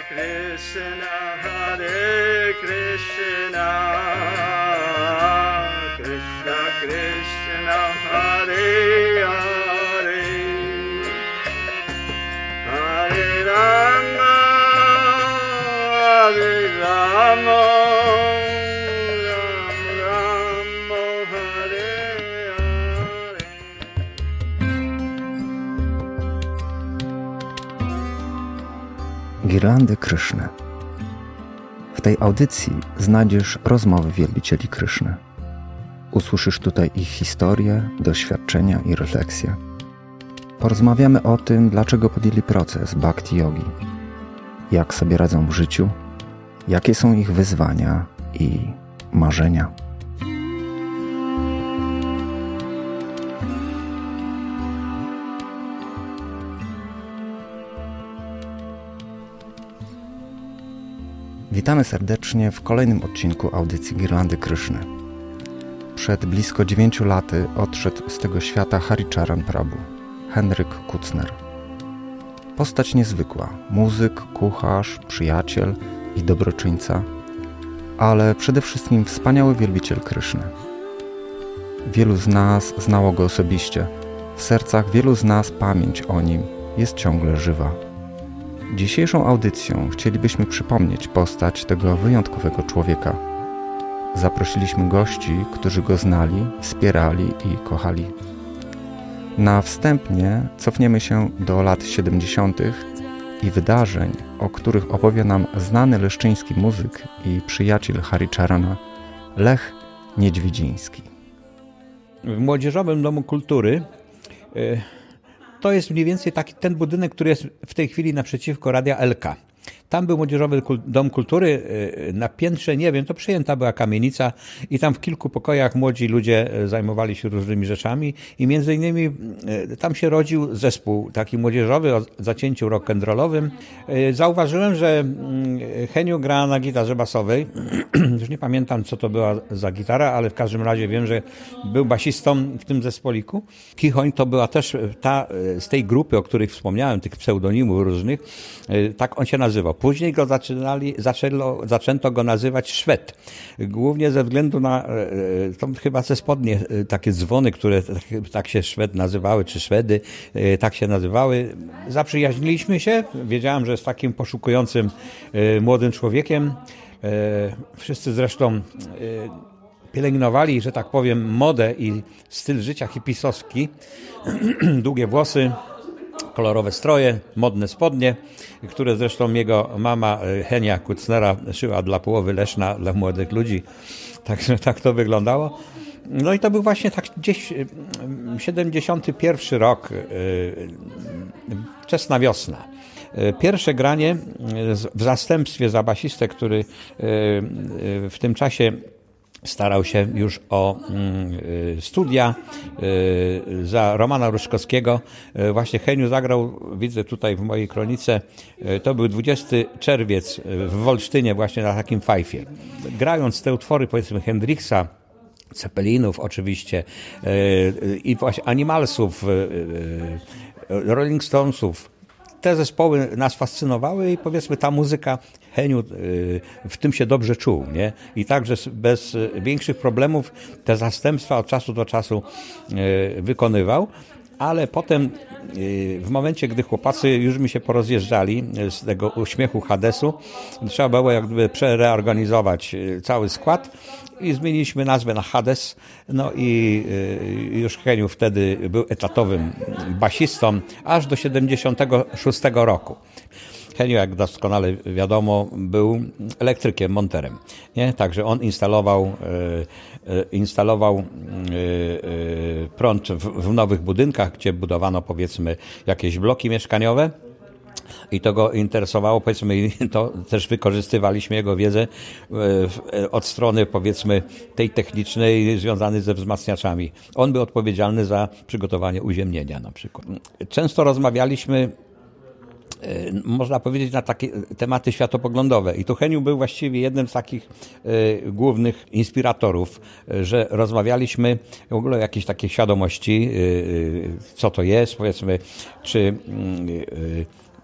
Krishna, Hare Krishna, Krishna Krishna, Hare Hare, Hare Rama, Hare Rama, Rama Rama, Hare Hare. Girlandy Kryszny. W tej audycji znajdziesz rozmowy wielbicieli Kryszny. Usłyszysz tutaj ich historię, doświadczenia i refleksje. Porozmawiamy o tym, dlaczego podjęli proces bhakti jogi, jak sobie radzą w życiu, jakie są ich wyzwania i marzenia. Witamy serdecznie w kolejnym odcinku audycji Girlandy Kryszny. Przed blisko 9 laty odszedł z tego świata Haricharan Prabhu, Henryk Kutzner. Postać niezwykła, muzyk, kucharz, przyjaciel i dobroczyńca, ale przede wszystkim wspaniały wielbiciel Kryszny. Wielu z nas znało go osobiście, w sercach wielu z nas pamięć o nim jest ciągle żywa. Dzisiejszą audycją chcielibyśmy przypomnieć postać tego wyjątkowego człowieka. Zaprosiliśmy gości, którzy go znali, wspierali i kochali. Na wstępnie cofniemy się do lat 70. i wydarzeń, o których opowie nam znany leszczyński muzyk i przyjaciel Haricharana, Lech Niedźwiedziński. W Młodzieżowym Domu Kultury to jest mniej więcej taki ten budynek, który jest w tej chwili naprzeciwko Radia Elka. Tam był Młodzieżowy Dom Kultury, na piętrze, nie wiem, to przejęta była kamienica i tam w kilku pokojach młodzi ludzie zajmowali się różnymi rzeczami i między innymi tam się rodził zespół taki młodzieżowy o zacięciu rock'n'rollowym. Zauważyłem, że Heniu gra na gitarze basowej. Już nie pamiętam, co to była za gitara, ale w każdym razie wiem, że był basistą w tym zespoliku. Kichoń to była też ta z tej grupy, o której wspomniałem, tych pseudonimów różnych, tak on się nazywał. Później go zaczęto go nazywać Szwed. Głównie ze względu na, to chyba ze spodnie, takie dzwony, które tak się Szwed nazywały, czy Szwedy tak się nazywały. Zaprzyjaźniliśmy się. Wiedziałem, że jest takim poszukującym młodym człowiekiem. Wszyscy zresztą pielęgnowali, że tak powiem, modę i styl życia hipisowski. Długie włosy, kolorowe stroje, modne spodnie, które zresztą jego mama Henia Kucnera szyła dla połowy Leszna, dla młodych ludzi. Także tak to wyglądało. No i to był właśnie tak gdzieś 71 rok, wczesna wiosna. Pierwsze granie w zastępstwie za basistę, który w tym czasie starał się już o studia za Romana Ruszkowskiego. Właśnie Heniu zagrał, widzę tutaj w mojej kronice, to był 20 czerwiec w Wolsztynie właśnie na takim fajfie. Grając te utwory, powiedzmy Hendrixa, Zeppelinów oczywiście i właśnie Animalsów, Rolling Stonesów, te zespoły nas fascynowały i powiedzmy ta muzyka, Heniu w tym się dobrze czuł, nie? I także bez większych problemów te zastępstwa od czasu do czasu wykonywał, ale potem w momencie, gdy chłopacy już mi się porozjeżdżali z tego uśmiechu Hadesu, trzeba było jak gdyby przereorganizować cały skład i zmieniliśmy nazwę na Hades, no i już Heniu wtedy był etatowym basistą aż do 76 roku. Heniu, jak doskonale wiadomo, był elektrykiem, monterem, nie? Także on instalował prąd w nowych budynkach, gdzie budowano powiedzmy jakieś bloki mieszkaniowe. I to go interesowało, powiedzmy, i to też wykorzystywaliśmy jego wiedzę od strony, powiedzmy, tej technicznej związanej ze wzmacniaczami. On był odpowiedzialny za przygotowanie uziemnienia na przykład. Często rozmawialiśmy, można powiedzieć, na takie tematy światopoglądowe. I tu Heniu był właściwie jednym z takich głównych inspiratorów, że rozmawialiśmy w ogóle o jakiejś takiej świadomości, co to jest, powiedzmy, czy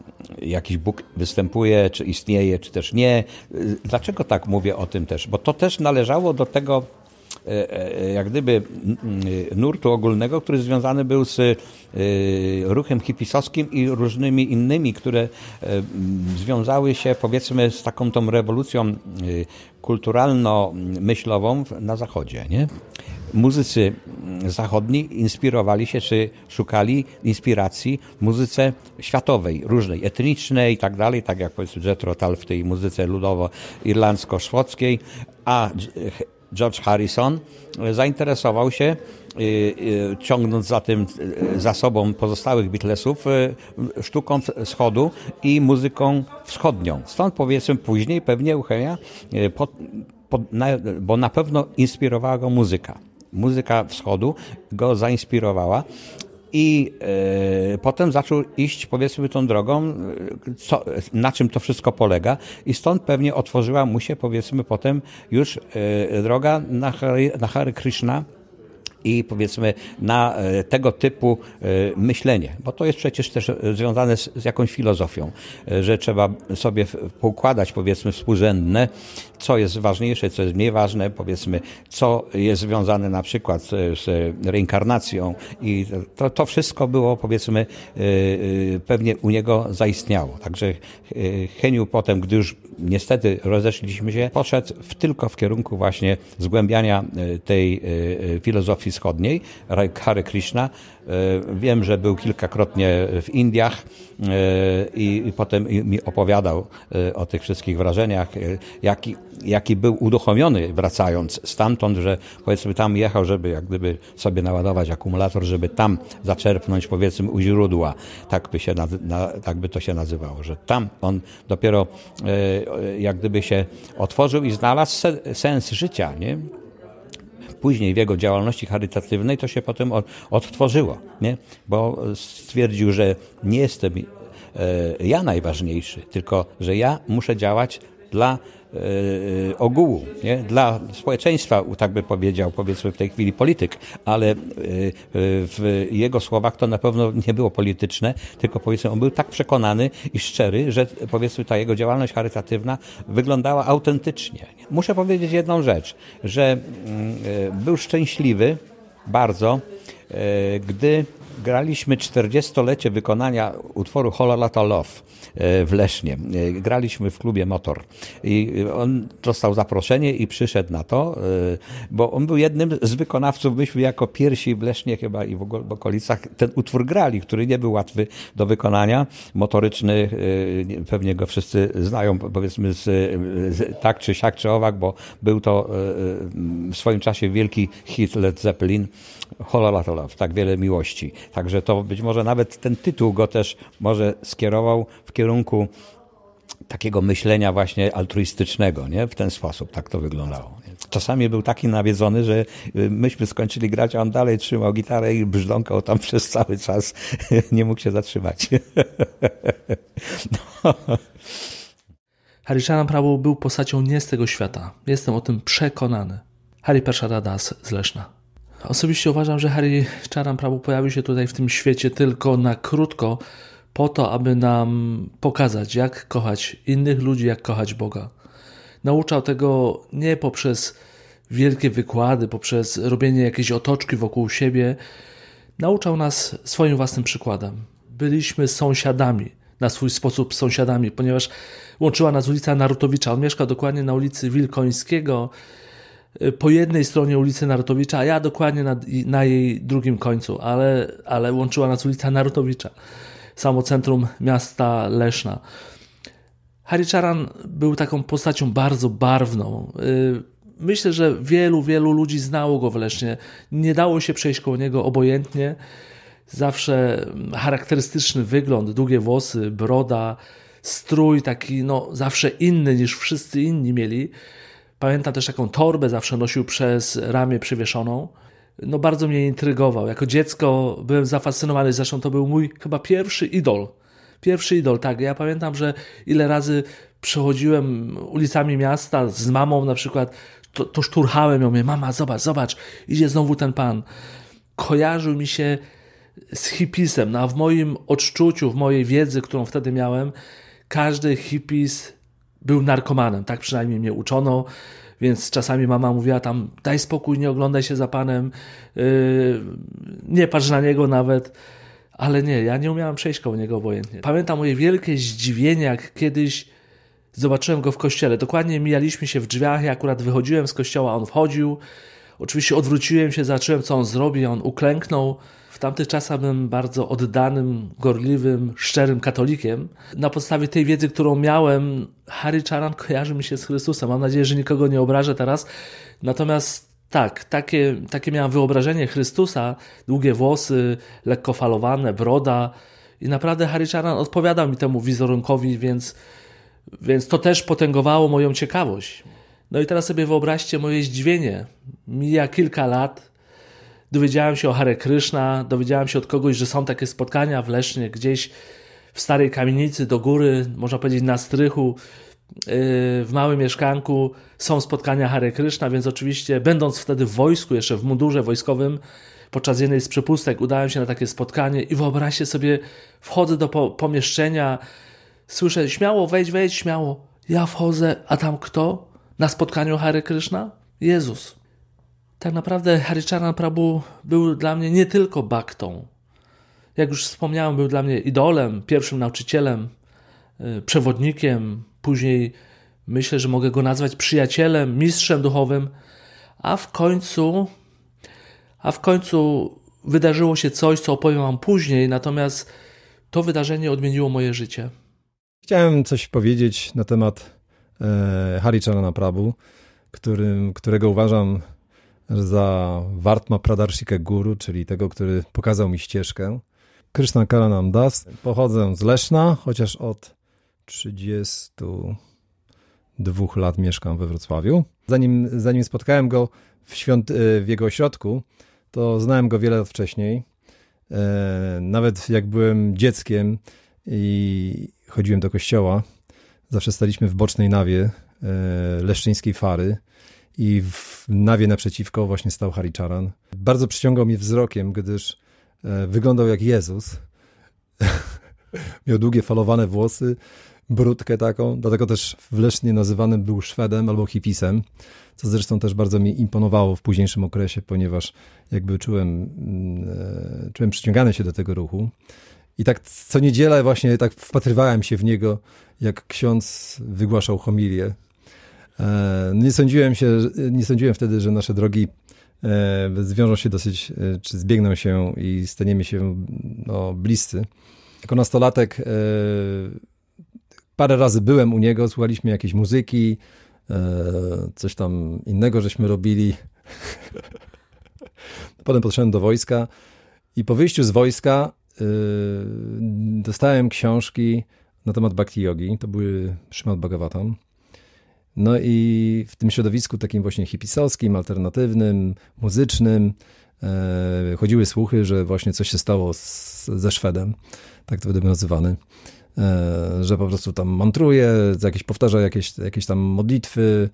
jakiś Bóg występuje, czy istnieje, czy też nie. Dlaczego tak mówię o tym też? Bo to też należało do tego jak gdyby nurtu ogólnego, który związany był z ruchem hipisowskim i różnymi innymi, które związały się powiedzmy z taką tą rewolucją kulturalno-myślową na Zachodzie, nie? Muzycy zachodni inspirowali się, czy szukali inspiracji w muzyce światowej, różnej, etnicznej i tak dalej, tak jak powiedzmy Jethro Tull w tej muzyce ludowo-irlandsko-szkockiej, a George Harrison zainteresował się, ciągnąc za sobą pozostałych Beatlesów, sztuką wschodu i muzyką wschodnią. Stąd powiedzmy później pewnie Eugenio, bo na pewno inspirowała go muzyka. Muzyka wschodu go zainspirowała. I potem zaczął iść, powiedzmy, tą drogą, na czym to wszystko polega. I stąd pewnie otworzyła mu się, powiedzmy, potem już droga na Hare Krishna i powiedzmy na tego typu myślenie. Bo to jest przecież też związane z jakąś filozofią, że trzeba sobie poukładać, powiedzmy, współrzędne, co jest ważniejsze, co jest mniej ważne, powiedzmy, co jest związane na przykład z reinkarnacją i to wszystko było, powiedzmy, pewnie u niego zaistniało. Także Heniu potem, gdy już niestety rozeszliśmy się, poszedł tylko w kierunku właśnie zgłębiania tej filozofii wschodniej, Hare Krishna. Wiem, że był kilkakrotnie w Indiach i potem mi opowiadał o tych wszystkich wrażeniach, jaki był uduchowiony wracając stamtąd, że powiedzmy tam jechał, żeby jak gdyby sobie naładować akumulator, żeby tam zaczerpnąć powiedzmy u źródła, tak by to się nazywało, że tam on dopiero jak gdyby się otworzył i znalazł sens życia, nie? Później w jego działalności charytatywnej to się potem odtworzyło, nie? Bo stwierdził, że nie jestem ja najważniejszy, tylko że ja muszę działać dla ogółu, nie? Dla społeczeństwa, tak by powiedział, powiedzmy w tej chwili polityk, ale w jego słowach to na pewno nie było polityczne, tylko powiedzmy on był tak przekonany i szczery, że powiedzmy ta jego działalność charytatywna wyglądała autentycznie. Muszę powiedzieć jedną rzecz, że był szczęśliwy bardzo, gdy graliśmy 40-lecie wykonania utworu Whole Lotta Love w Lesznie. Graliśmy w klubie Motor. I on dostał zaproszenie i przyszedł na to, bo on był jednym z wykonawców, myśmy jako pierwsi w Lesznie chyba i w okolicach ten utwór grali, który nie był łatwy do wykonania. Motoryczny, pewnie go wszyscy znają, powiedzmy tak czy siak czy owak, bo był to w swoim czasie wielki hit Led Zeppelin, Whole Lotta Love, tak wiele miłości. Także to być może nawet ten tytuł go też może skierował w kierunku takiego myślenia właśnie altruistycznego, nie? W ten sposób tak to wyglądało. Czasami był taki nawiedzony, że myśmy skończyli grać, a on dalej trzymał gitarę i brzdąkał tam przez cały czas. Nie mógł się zatrzymać. No. Haricharan Prabhu był postacią nie z tego świata. Jestem o tym przekonany. Hari Prasada Das z Leszna. Osobiście uważam, że Haricharan Prabhu pojawił się tutaj w tym świecie tylko na krótko, po to, aby nam pokazać, jak kochać innych ludzi, jak kochać Boga. Nauczał tego nie poprzez wielkie wykłady, poprzez robienie jakiejś otoczki wokół siebie. Nauczał nas swoim własnym przykładem. Byliśmy sąsiadami, na swój sposób sąsiadami, ponieważ łączyła nas ulica Narutowicza. On mieszka dokładnie na ulicy Wilkońskiego, po jednej stronie ulicy Narutowicza, a ja dokładnie na jej drugim końcu, ale łączyła nas ulica Narutowicza, samo centrum miasta Leszna. Haricharan był taką postacią bardzo barwną. Myślę, że wielu ludzi znało go w Lesznie. Nie dało się przejść koło niego obojętnie. Zawsze charakterystyczny wygląd, długie włosy, broda, strój taki zawsze inny niż wszyscy inni mieli. Pamiętam też taką torbę zawsze nosił przez ramię przywieszoną. Bardzo mnie intrygował. Jako dziecko byłem zafascynowany, zresztą to był mój chyba pierwszy idol. Pierwszy idol, tak. Ja pamiętam, że ile razy przechodziłem ulicami miasta z mamą na przykład, to szturchałem ją, mama, zobacz, idzie znowu ten pan. Kojarzył mi się z hipisem. No a w moim odczuciu, w mojej wiedzy, którą wtedy miałem, każdy hipis był narkomanem. Tak przynajmniej mnie uczono, więc czasami mama mówiła tam: daj spokój, nie oglądaj się za panem, nie patrz na niego nawet. Ale nie, ja nie umiałem przejść koło niego obojętnie. Pamiętam moje wielkie zdziwienie, jak kiedyś zobaczyłem go w kościele. Dokładnie mijaliśmy się w drzwiach, ja akurat wychodziłem z kościoła, on wchodził. Oczywiście odwróciłem się, zobaczyłem, co on zrobi, on uklęknął. W tamtych czasach byłem bardzo oddanym, gorliwym, szczerym katolikiem. Na podstawie tej wiedzy, którą miałem, Harry Charan kojarzy mi się z Chrystusem. Mam nadzieję, że nikogo nie obrażę teraz. Natomiast tak, takie miałem wyobrażenie Chrystusa, długie włosy, lekko falowane, broda. I naprawdę Harry Charan odpowiadał mi temu wizerunkowi, więc to też potęgowało moją ciekawość. No i teraz sobie wyobraźcie moje zdziwienie. Mija kilka lat, dowiedziałem się o Hare Krishna, dowiedziałem się od kogoś, że są takie spotkania w Lesznie, gdzieś w starej kamienicy do góry, można powiedzieć na strychu, w małym mieszkanku są spotkania Hare Krishna, więc oczywiście będąc wtedy w wojsku, jeszcze w mundurze wojskowym, podczas jednej z przepustek udałem się na takie spotkanie i wyobraźcie sobie, wchodzę do pomieszczenia, słyszę: śmiało, wejdź, śmiało. Ja wchodzę, a tam kto? Na spotkaniu Hare Krishna? Jezus. Tak naprawdę Harry Charan Prabhu był dla mnie nie tylko baktą. Jak już wspomniałem, był dla mnie idolem, pierwszym nauczycielem, przewodnikiem. Później myślę, że mogę go nazwać przyjacielem, mistrzem duchowym. A w końcu wydarzyło się coś, co opowiem wam później, natomiast to wydarzenie odmieniło moje życie. Chciałem coś powiedzieć na temat Harry Charana Prabhu, którego uważam za Vartma Pradarshika Guru, czyli tego, który pokazał mi ścieżkę. Krishna Karanam Das. Pochodzę z Leszna, chociaż od 32 lat mieszkam we Wrocławiu. Zanim spotkałem go w jego ośrodku, to znałem go wiele lat wcześniej. Nawet jak byłem dzieckiem i chodziłem do kościoła, zawsze staliśmy w bocznej nawie leszczyńskiej Fary i w nawie naprzeciwko właśnie stał Harry Charan. Bardzo przyciągał mnie wzrokiem, gdyż wyglądał jak Jezus. Miał długie falowane włosy, brudkę taką, dlatego też w Lesznie nazywanym był Szwedem albo hipisem, co zresztą też bardzo mi imponowało w późniejszym okresie, ponieważ jakby czułem przyciągane się do tego ruchu. I tak co niedzielę właśnie tak wpatrywałem się w niego, jak ksiądz wygłaszał homilię. Nie sądziłem wtedy, że nasze drogi zwiążą się dosyć, czy zbiegną się i staniemy się bliscy. Jako nastolatek parę razy byłem u niego, słuchaliśmy jakiejś muzyki, coś tam innego żeśmy robili. Potem podszedłem do wojska i po wyjściu z wojska dostałem książki na temat bhakti yogi. To były Śrīmad Bhagavatam. No i w tym środowisku takim właśnie hipisowskim, alternatywnym, muzycznym chodziły słuchy, że właśnie coś się stało ze Szwedem, tak to będę nazywany, że po prostu tam mantruje, powtarza jakieś tam modlitwy,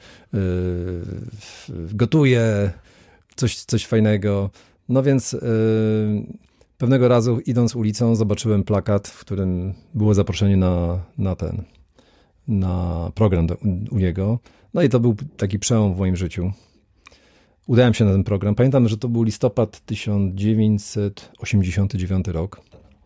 gotuje, coś fajnego. No więc pewnego razu idąc ulicą zobaczyłem plakat, w którym było zaproszenie na program u niego. No i to był taki przełom w moim życiu. Udałem się na ten program. Pamiętam, że to był listopad 1989 rok.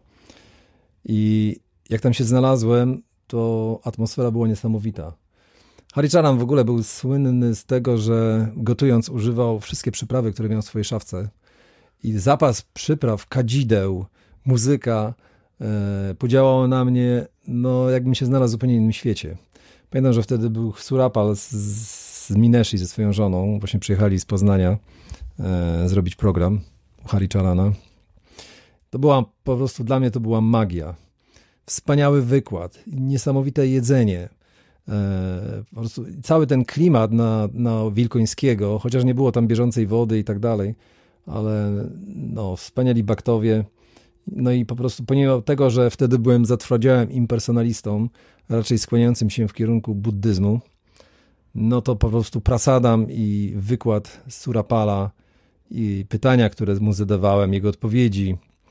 I jak tam się znalazłem, to atmosfera była niesamowita. Harry Charan w ogóle był słynny z tego, że gotując używał wszystkie przyprawy, które miał w swojej szafce. I zapas przypraw, kadzideł, muzyka podziałało na mnie, jakbym się znalazł w zupełnie innym świecie. Pamiętam, że wtedy był Surapal z Mineshi ze swoją żoną. Właśnie przyjechali z Poznania zrobić program u Harry Charana. To była po prostu dla mnie to była magia. Wspaniały wykład, niesamowite jedzenie. Po prostu cały ten klimat na Wilkońskiego, chociaż nie było tam bieżącej wody i tak dalej, ale wspaniali baktowie. No i po prostu pomimo tego, że wtedy byłem zatwardziałym impersonalistą, raczej skłaniającym się w kierunku buddyzmu, no to po prostu prasadam i wykład Surapala i pytania, które mu zadawałem, jego odpowiedzi,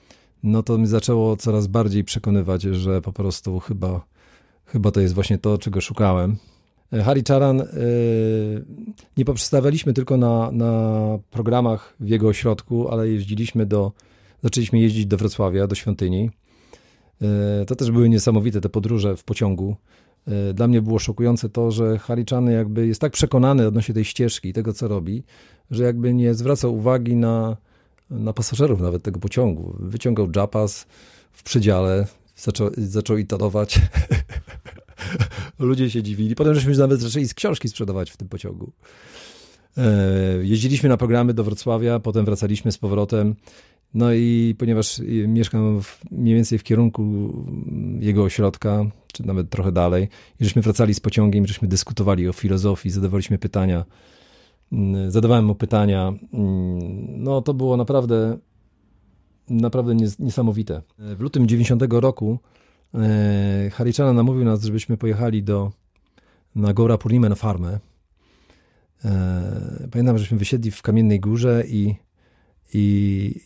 no to mi zaczęło coraz bardziej przekonywać, że po prostu chyba to jest właśnie to, czego szukałem. Haricharan nie poprzestawaliśmy tylko na programach w jego ośrodku, ale zaczęliśmy jeździć do Wrocławia, do świątyni. To też były niesamowite te podróże w pociągu. Dla mnie było szokujące to, że Haricharan jakby jest tak przekonany odnośnie tej ścieżki i tego, co robi, że jakby nie zwracał uwagi na pasażerów nawet tego pociągu. Wyciągał dżapas w przedziale, zaczął intonować. Ludzie się dziwili. Potem żeśmy nawet zaczęli książki sprzedawać w tym pociągu. Jeździliśmy na programy do Wrocławia, potem wracaliśmy z powrotem. No i ponieważ mieszkam mniej więcej w kierunku jego ośrodka, czy nawet trochę dalej, i żeśmy wracali z pociągiem, żeśmy dyskutowali o filozofii, zadawaliśmy pytania. Zadawałem mu pytania. No to było naprawdę niesamowite. W lutym 90 roku Haricharan namówił nas, żebyśmy pojechali na Gaura Purnimę na farmę. Pamiętam, żeśmy wysiedli w Kamiennej Górze i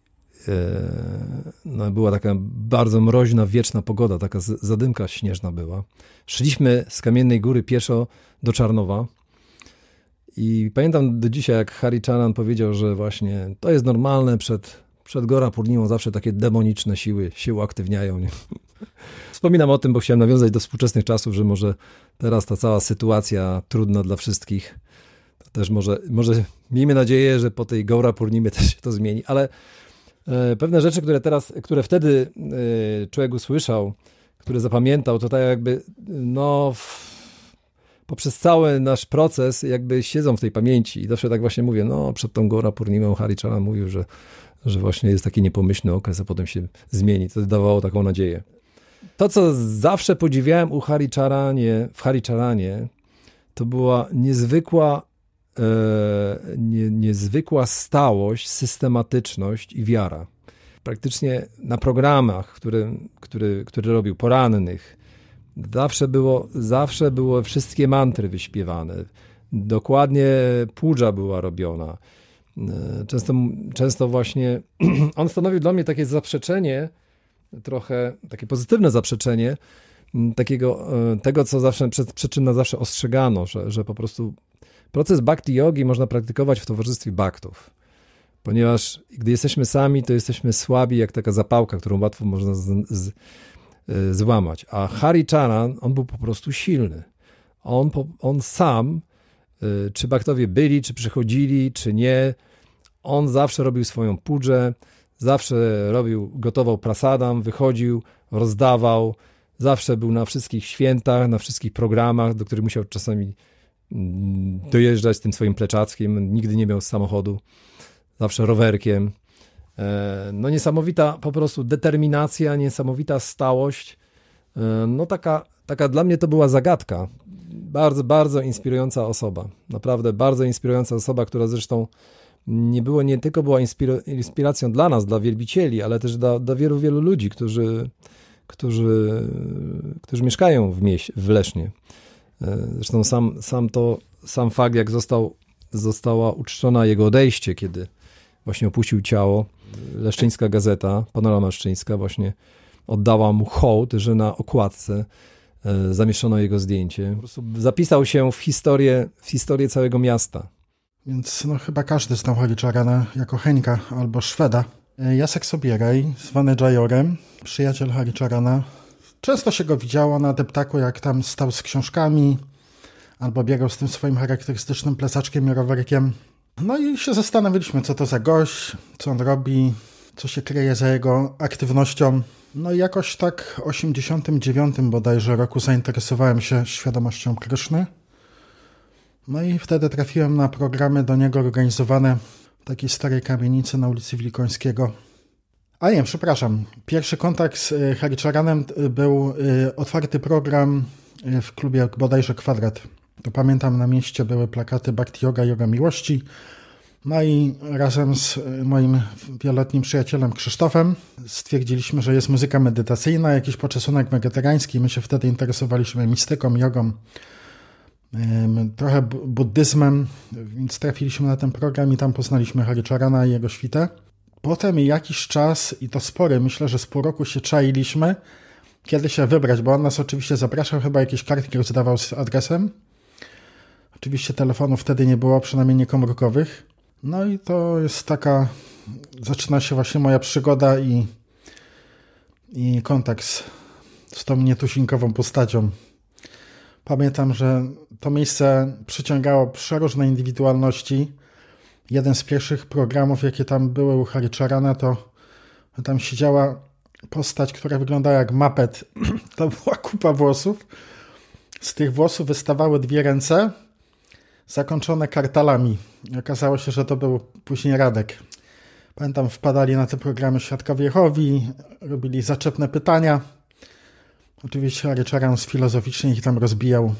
no była taka bardzo mroźna, wieczna pogoda, taka zadymka śnieżna była. Szliśmy z Kamiennej Góry pieszo do Czarnowa i pamiętam do dzisiaj, jak Haricharan powiedział, że właśnie to jest normalne, przed Gaura Purnimą zawsze takie demoniczne siły się uaktywniają. Nie? Wspominam o tym, bo chciałem nawiązać do współczesnych czasów, że może teraz ta cała sytuacja trudna dla wszystkich, to też może miejmy nadzieję, że po tej Gaura Purnimie też się to zmieni, ale pewne rzeczy, które wtedy człowiek usłyszał, które zapamiętał, to tak jakby poprzez cały nasz proces jakby siedzą w tej pamięci. I zawsze tak właśnie mówię, przed tą Gaura Purnimą Haricharan mówił, że właśnie jest taki niepomyślny okres, a potem się zmieni. To dawało taką nadzieję. To, co zawsze podziwiałem w Haricharanie, to była niezwykła stałość, systematyczność i wiara. Praktycznie na programach, które robił, porannych, zawsze było wszystkie mantry wyśpiewane. Dokładnie pudża była robiona. Często właśnie on stanowił dla mnie takie zaprzeczenie, trochę takie pozytywne zaprzeczenie tego, co zawsze przed czym nas zawsze ostrzegano, że po prostu proces bhakti jogi można praktykować w towarzystwie bhaktów, ponieważ gdy jesteśmy sami, to jesteśmy słabi jak taka zapałka, którą łatwo można złamać. A Haricharan, on był po prostu silny. On sam, czy bhaktowie byli, czy przychodzili, czy nie, on zawsze robił swoją pudżę, zawsze gotował prasadam, wychodził, rozdawał, zawsze był na wszystkich świętach, na wszystkich programach, do których musiał czasami dojeżdżać z tym swoim pleczackiem, nigdy nie miał samochodu, zawsze rowerkiem. No niesamowita po prostu determinacja, niesamowita stałość. No taka dla mnie to była zagadka. Bardzo, bardzo inspirująca osoba. Naprawdę bardzo inspirująca osoba, która zresztą nie tylko była inspiracją dla nas, dla wielbicieli, ale też dla wielu, wielu ludzi, którzy mieszkają w Lesznie. Zresztą sam fakt, jak została uczczona jego odejście, kiedy właśnie opuścił ciało, Leszczyńska Gazeta, Panorama Leszczyńska właśnie oddała mu hołd, że na okładce zamieszczono jego zdjęcie. Po prostu zapisał się w historię całego miasta. Więc chyba każdy znał Haricharana jako Henka albo Szweda. Jacek Sobieraj, zwany Jajorem, przyjaciel Haricharana. Często się go widziało na deptaku, jak tam stał z książkami albo biegał z tym swoim charakterystycznym plecaczkiem i rowerkiem. No i się zastanawialiśmy, co to za gość, co on robi, co się kryje za jego aktywnością. No i jakoś tak w 89 bodajże roku zainteresowałem się świadomością Kryszny. No i wtedy trafiłem na programy do niego organizowane w takiej starej kamienicy na ulicy Wilkońskiego. A nie, przepraszam. Pierwszy kontakt z Haricharanem był otwarty program w klubie bodajże Kwadrat. To pamiętam, na mieście były plakaty Bhakti Yoga, Yoga Miłości. No i razem z moim wieloletnim przyjacielem Krzysztofem stwierdziliśmy, że jest muzyka medytacyjna, jakiś poczesunek wegetariański. My się wtedy interesowaliśmy mistyką, jogą, trochę buddyzmem, więc trafiliśmy na ten program i tam poznaliśmy Haricharana i jego świtę. potem jakiś czas, i to spory, myślę, że z pół roku się czailiśmy, kiedy się wybrać, bo on nas oczywiście zapraszał, chyba jakieś kartki rozdawał z adresem. Oczywiście telefonów wtedy nie było, przynajmniej nie komórkowych. No i to jest taka, zaczyna się właśnie moja przygoda i kontakt z tą nietuzinkową postacią. Pamiętam, że to miejsce przyciągało przeróżne indywidualności. Jeden z pierwszych programów, jakie tam były u Haricharana, to tam siedziała postać, która wyglądała jak Muppet. To była kupa włosów. Z tych włosów wystawały 2 ręce zakończone kartalami. I okazało się, że to był później Radek. Pamiętam, wpadali na te programy Świadkowie Jehowi, robili zaczepne pytania. Oczywiście Haricharan filozoficznie ich tam rozbijał.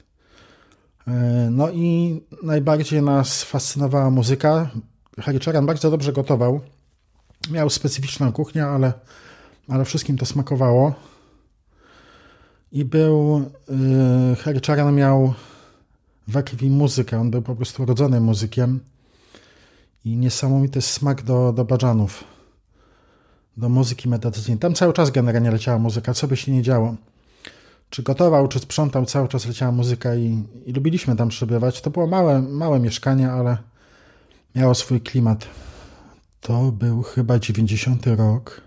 No i najbardziej nas fascynowała muzyka. Haricharan bardzo dobrze gotował. Miał specyficzną kuchnię, ale wszystkim to smakowało. I Haricharan miał we krwi muzykę. On był po prostu urodzonym muzykiem. I niesamowity smak do badżanów. Do muzyki medytacyjnej. Tam cały czas generalnie leciała muzyka, co by się nie działo. Czy gotował, czy sprzątał, cały czas leciała muzyka i lubiliśmy tam przebywać. To było małe mieszkanie, ale miało swój klimat. To był chyba 90 rok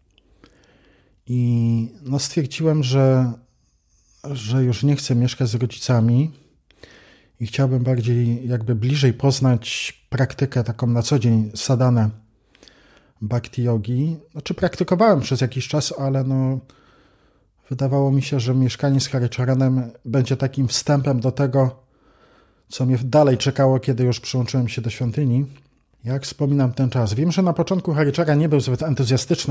i no stwierdziłem, że już nie chcę mieszkać z rodzicami i chciałbym bardziej jakby bliżej poznać praktykę taką na co dzień sadhanę bhakti yogi. Znaczy praktykowałem przez jakiś czas, ale no wydawało mi się, że mieszkanie z Haricharanem będzie takim wstępem do tego, co mnie dalej czekało, kiedy już przyłączyłem się do świątyni. Jak wspominam ten czas. Wiem, że na początku Haricharan nie był zbyt entuzjastyczny,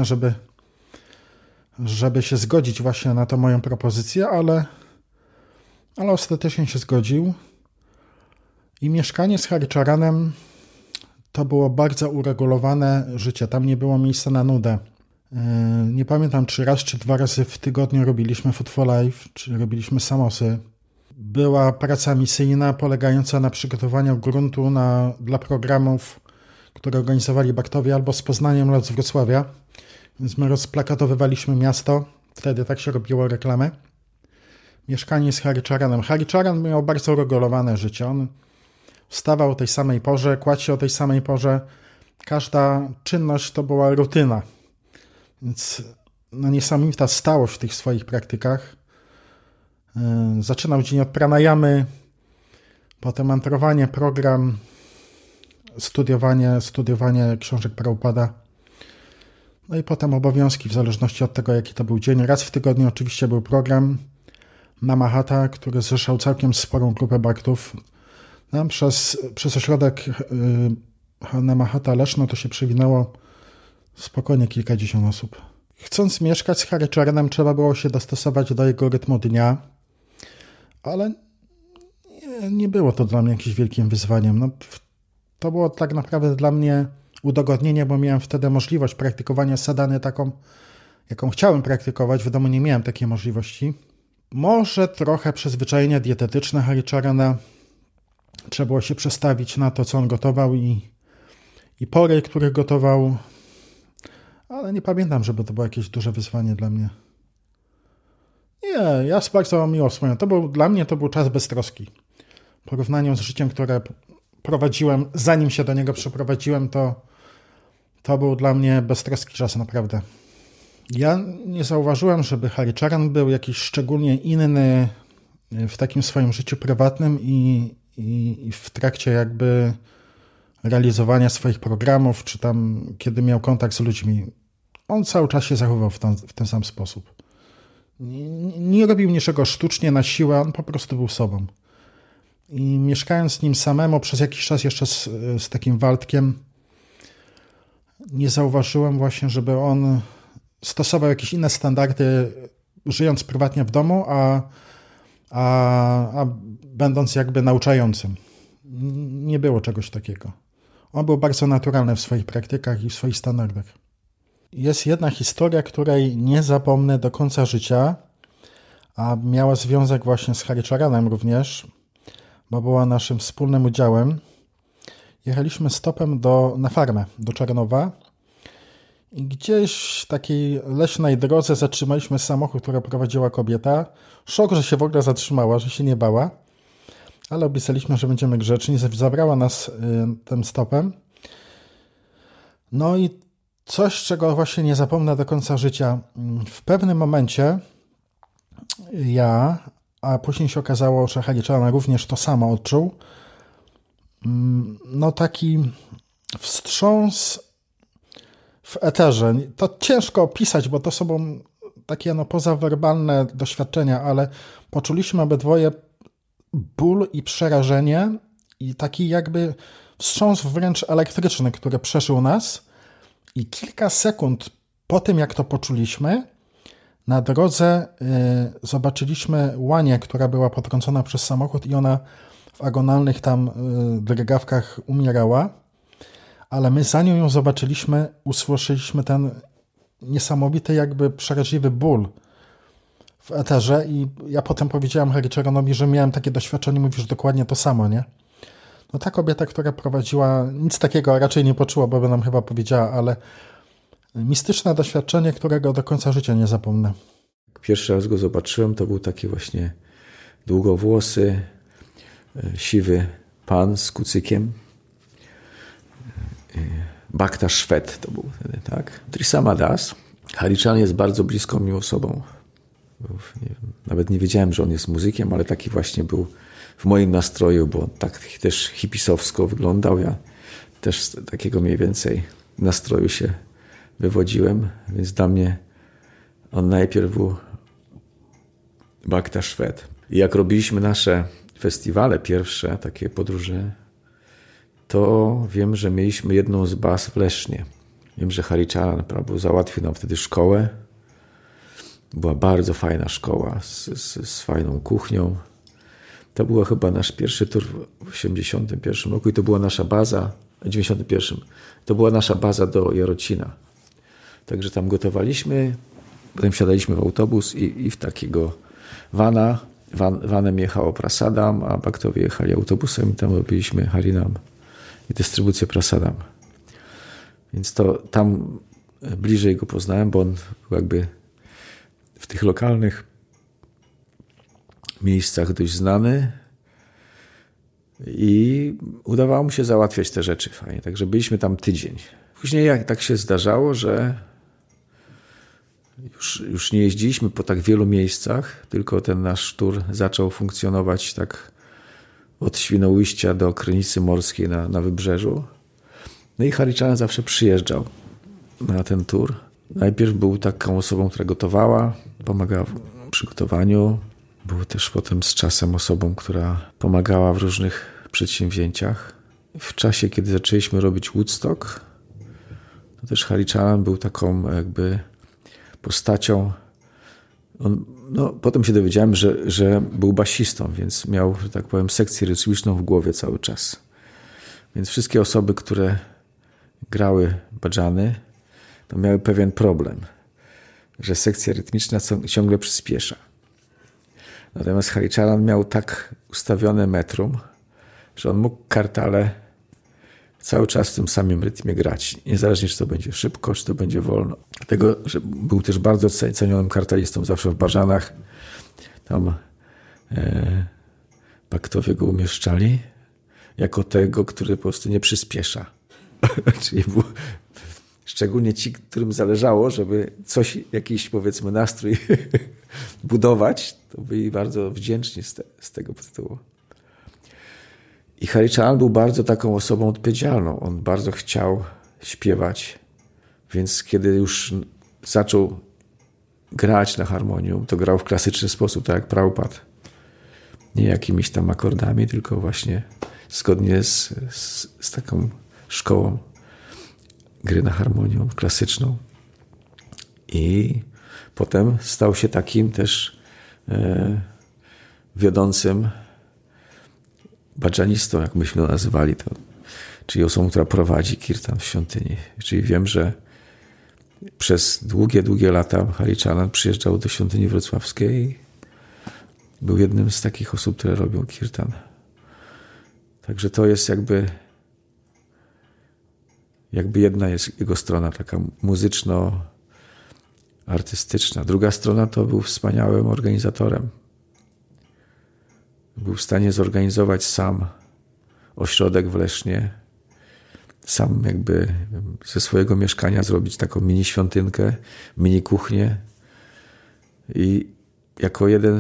żeby się zgodzić właśnie na tą moją propozycję, ale ostatecznie się zgodził. I mieszkanie z Haricharanem to było bardzo uregulowane życie. Tam nie było miejsca na nudę. Nie pamiętam, czy raz, czy 2 razy w tygodniu robiliśmy Food for Life, czy robiliśmy samosy. Była praca misyjna polegająca na przygotowaniu gruntu dla programów, które organizowali Bhaktowie albo z Poznaniem, albo z Wrocławia. Więc my rozplakatowywaliśmy miasto. Wtedy tak się robiło reklamę. Mieszkanie z Haricharanem. Haricharan miał bardzo uregulowane życie. On wstawał o tej samej porze, kładł się o tej samej porze. Każda czynność to była rutyna. Więc no, niesamowita stałość w tych swoich praktykach. Zaczynał dzień od pranayamy, potem mantrowanie, program, studiowanie książek Prabhupada. No i potem obowiązki w zależności od tego, jaki to był dzień. Raz w tygodniu oczywiście był program Namahata, który zrzeszał całkiem sporą grupę bhaktów. Nam przez ośrodek Namahata Leszno to się przewinęło spokojnie kilkadziesiąt osób. Chcąc mieszkać z Haricharanem, trzeba było się dostosować do jego rytmu dnia, ale nie było to dla mnie jakimś wielkim wyzwaniem. No, to było tak naprawdę dla mnie udogodnienie, bo miałem wtedy możliwość praktykowania sadhany taką, jaką chciałem praktykować. W domu nie miałem takiej możliwości. Może trochę przyzwyczajenie dietetyczne Haricharana. Trzeba było się przestawić na to, co on gotował i pory, których gotował. Ale nie pamiętam, żeby to było jakieś duże wyzwanie dla mnie. Nie, ja bardzo miło wspomniałem. Dla mnie to był czas beztroski. W porównaniu z życiem, które prowadziłem, zanim się do niego przeprowadziłem, to był dla mnie beztroski czas, naprawdę. Ja nie zauważyłem, żeby Haricharan był jakiś szczególnie inny w takim swoim życiu prywatnym i w trakcie jakby realizowania swoich programów, czy tam kiedy miał kontakt z ludźmi. On cały czas się zachowywał w ten sam sposób. Nie robił niczego sztucznie, na siłę, on po prostu był sobą. I mieszkając z nim samemu przez jakiś czas jeszcze z takim Waldkiem, nie zauważyłem właśnie, żeby on stosował jakieś inne standardy, żyjąc prywatnie w domu, a będąc jakby nauczającym. Nie było czegoś takiego. On był bardzo naturalny w swoich praktykach i w swoich standardach. Jest jedna historia, której nie zapomnę do końca życia, a miała związek właśnie z Haricharanem również, bo była naszym wspólnym udziałem. Jechaliśmy stopem na farmę, do Czarnowa I gdzieś w takiej leśnej drodze zatrzymaliśmy samochód, która prowadziła kobieta. Szok, że się w ogóle zatrzymała, że się nie bała. Ale obiecaliśmy, że będziemy grzeczni. Zabrała nas tym stopem. No i coś, czego właśnie nie zapomnę do końca życia. W pewnym momencie ja, a później się okazało, że Haliczaran również to samo odczuł, no taki wstrząs w eterze. To ciężko opisać, bo to są takie pozawerbalne doświadczenia, ale poczuliśmy obydwoje ból i przerażenie i taki jakby wstrząs wręcz elektryczny, który przeszył nas i kilka sekund po tym, jak to poczuliśmy, na drodze zobaczyliśmy łanię, która była potrącona przez samochód i ona w agonalnych tam drgawkach umierała, ale my zanim ją zobaczyliśmy, usłyszeliśmy ten niesamowity jakby przeraźliwy ból w eterze i ja potem powiedziałem Haricharanowi, że miałem takie doświadczenie, mówisz dokładnie to samo, nie? No ta kobieta, która prowadziła, nic takiego raczej nie poczuła, bo by nam chyba powiedziała, ale mistyczne doświadczenie, którego do końca życia nie zapomnę. Pierwszy raz go zobaczyłem, to był taki właśnie długowłosy, siwy pan z kucykiem. Bhakta Szwed to był wtedy, tak? Trisama Das. Hariczaran jest bardzo bliską mi osobą. Nawet nie wiedziałem, że on jest muzykiem, ale taki właśnie był w moim nastroju, bo tak też hipisowsko wyglądał. Ja też z takiego mniej więcej nastroju się wywodziłem, więc dla mnie on najpierw był Bhakta Szwed. I jak robiliśmy nasze festiwale pierwsze, takie podróże, to wiem, że mieliśmy jedną z baz w Lesznie. Wiem, że Hariczaran załatwił nam wtedy szkołę. Była bardzo fajna szkoła z fajną kuchnią. To był chyba nasz pierwszy tur w 1981 roku i to była nasza baza, w 1991. To była nasza baza do Jarocina. Także tam gotowaliśmy, potem wsiadaliśmy w autobus i w takiego vanem jechało Prasadam, a Bhaktowie jechali autobusem i tam robiliśmy Harinam i dystrybucję Prasadam. Więc to tam bliżej go poznałem, bo on był jakby w tych lokalnych miejscach dość znany i udawało mu się załatwiać te rzeczy fajnie. Także byliśmy tam tydzień. Później jak tak się zdarzało, że już nie jeździliśmy po tak wielu miejscach, tylko ten nasz tur zaczął funkcjonować tak od Świnoujścia do Krynicy Morskiej na wybrzeżu. No i Hariczaran zawsze przyjeżdżał na ten tur. Najpierw był taką osobą, która gotowała, pomagała w przygotowaniu. Był też potem z czasem osobą, która pomagała w różnych przedsięwzięciach. W czasie, kiedy zaczęliśmy robić Woodstock, to też Hariczaran był taką jakby postacią. Potem się dowiedziałem, że był basistą, więc miał, że tak powiem, sekcję rytmiczną w głowie cały czas. Więc wszystkie osoby, które grały bhajany, to miały pewien problem, że sekcja rytmiczna ciągle przyspiesza. Natomiast Hariczaran miał tak ustawione metrum, że on mógł kartale cały czas w tym samym rytmie grać. Niezależnie, czy to będzie szybko, czy to będzie wolno. Dlatego, że był też bardzo cenionym kartalistą. Zawsze w Bhajanach tam Bhaktowie go umieszczali jako tego, który po prostu nie przyspiesza. Czyli był, szczególnie ci, którym zależało, żeby coś, jakiś powiedzmy nastrój budować, to byli bardzo wdzięczni z tego tytułu. I Hariczaran był bardzo taką osobą odpowiedzialną. On bardzo chciał śpiewać, więc kiedy już zaczął grać na harmonium, to grał w klasyczny sposób, tak jak Prabhupada. Nie jakimiś tam akordami, tylko właśnie zgodnie z taką szkołą gry na harmonium klasyczną. I potem stał się takim też wiodącym bhajanistą, jak myśmy to nazywali, czyli osobą, która prowadzi kirtan w świątyni. Czyli wiem, że przez długie lata Hariczaran przyjeżdżał do świątyni wrocławskiej i był jednym z takich osób, które robią kirtan. Także to jest jakby jakby jedna jest jego strona taka muzyczno-artystyczna. Druga strona to był wspaniałym organizatorem. Był w stanie zorganizować sam ośrodek w Lesznie, sam jakby ze swojego mieszkania zrobić taką mini świątynkę, mini kuchnię i jako jeden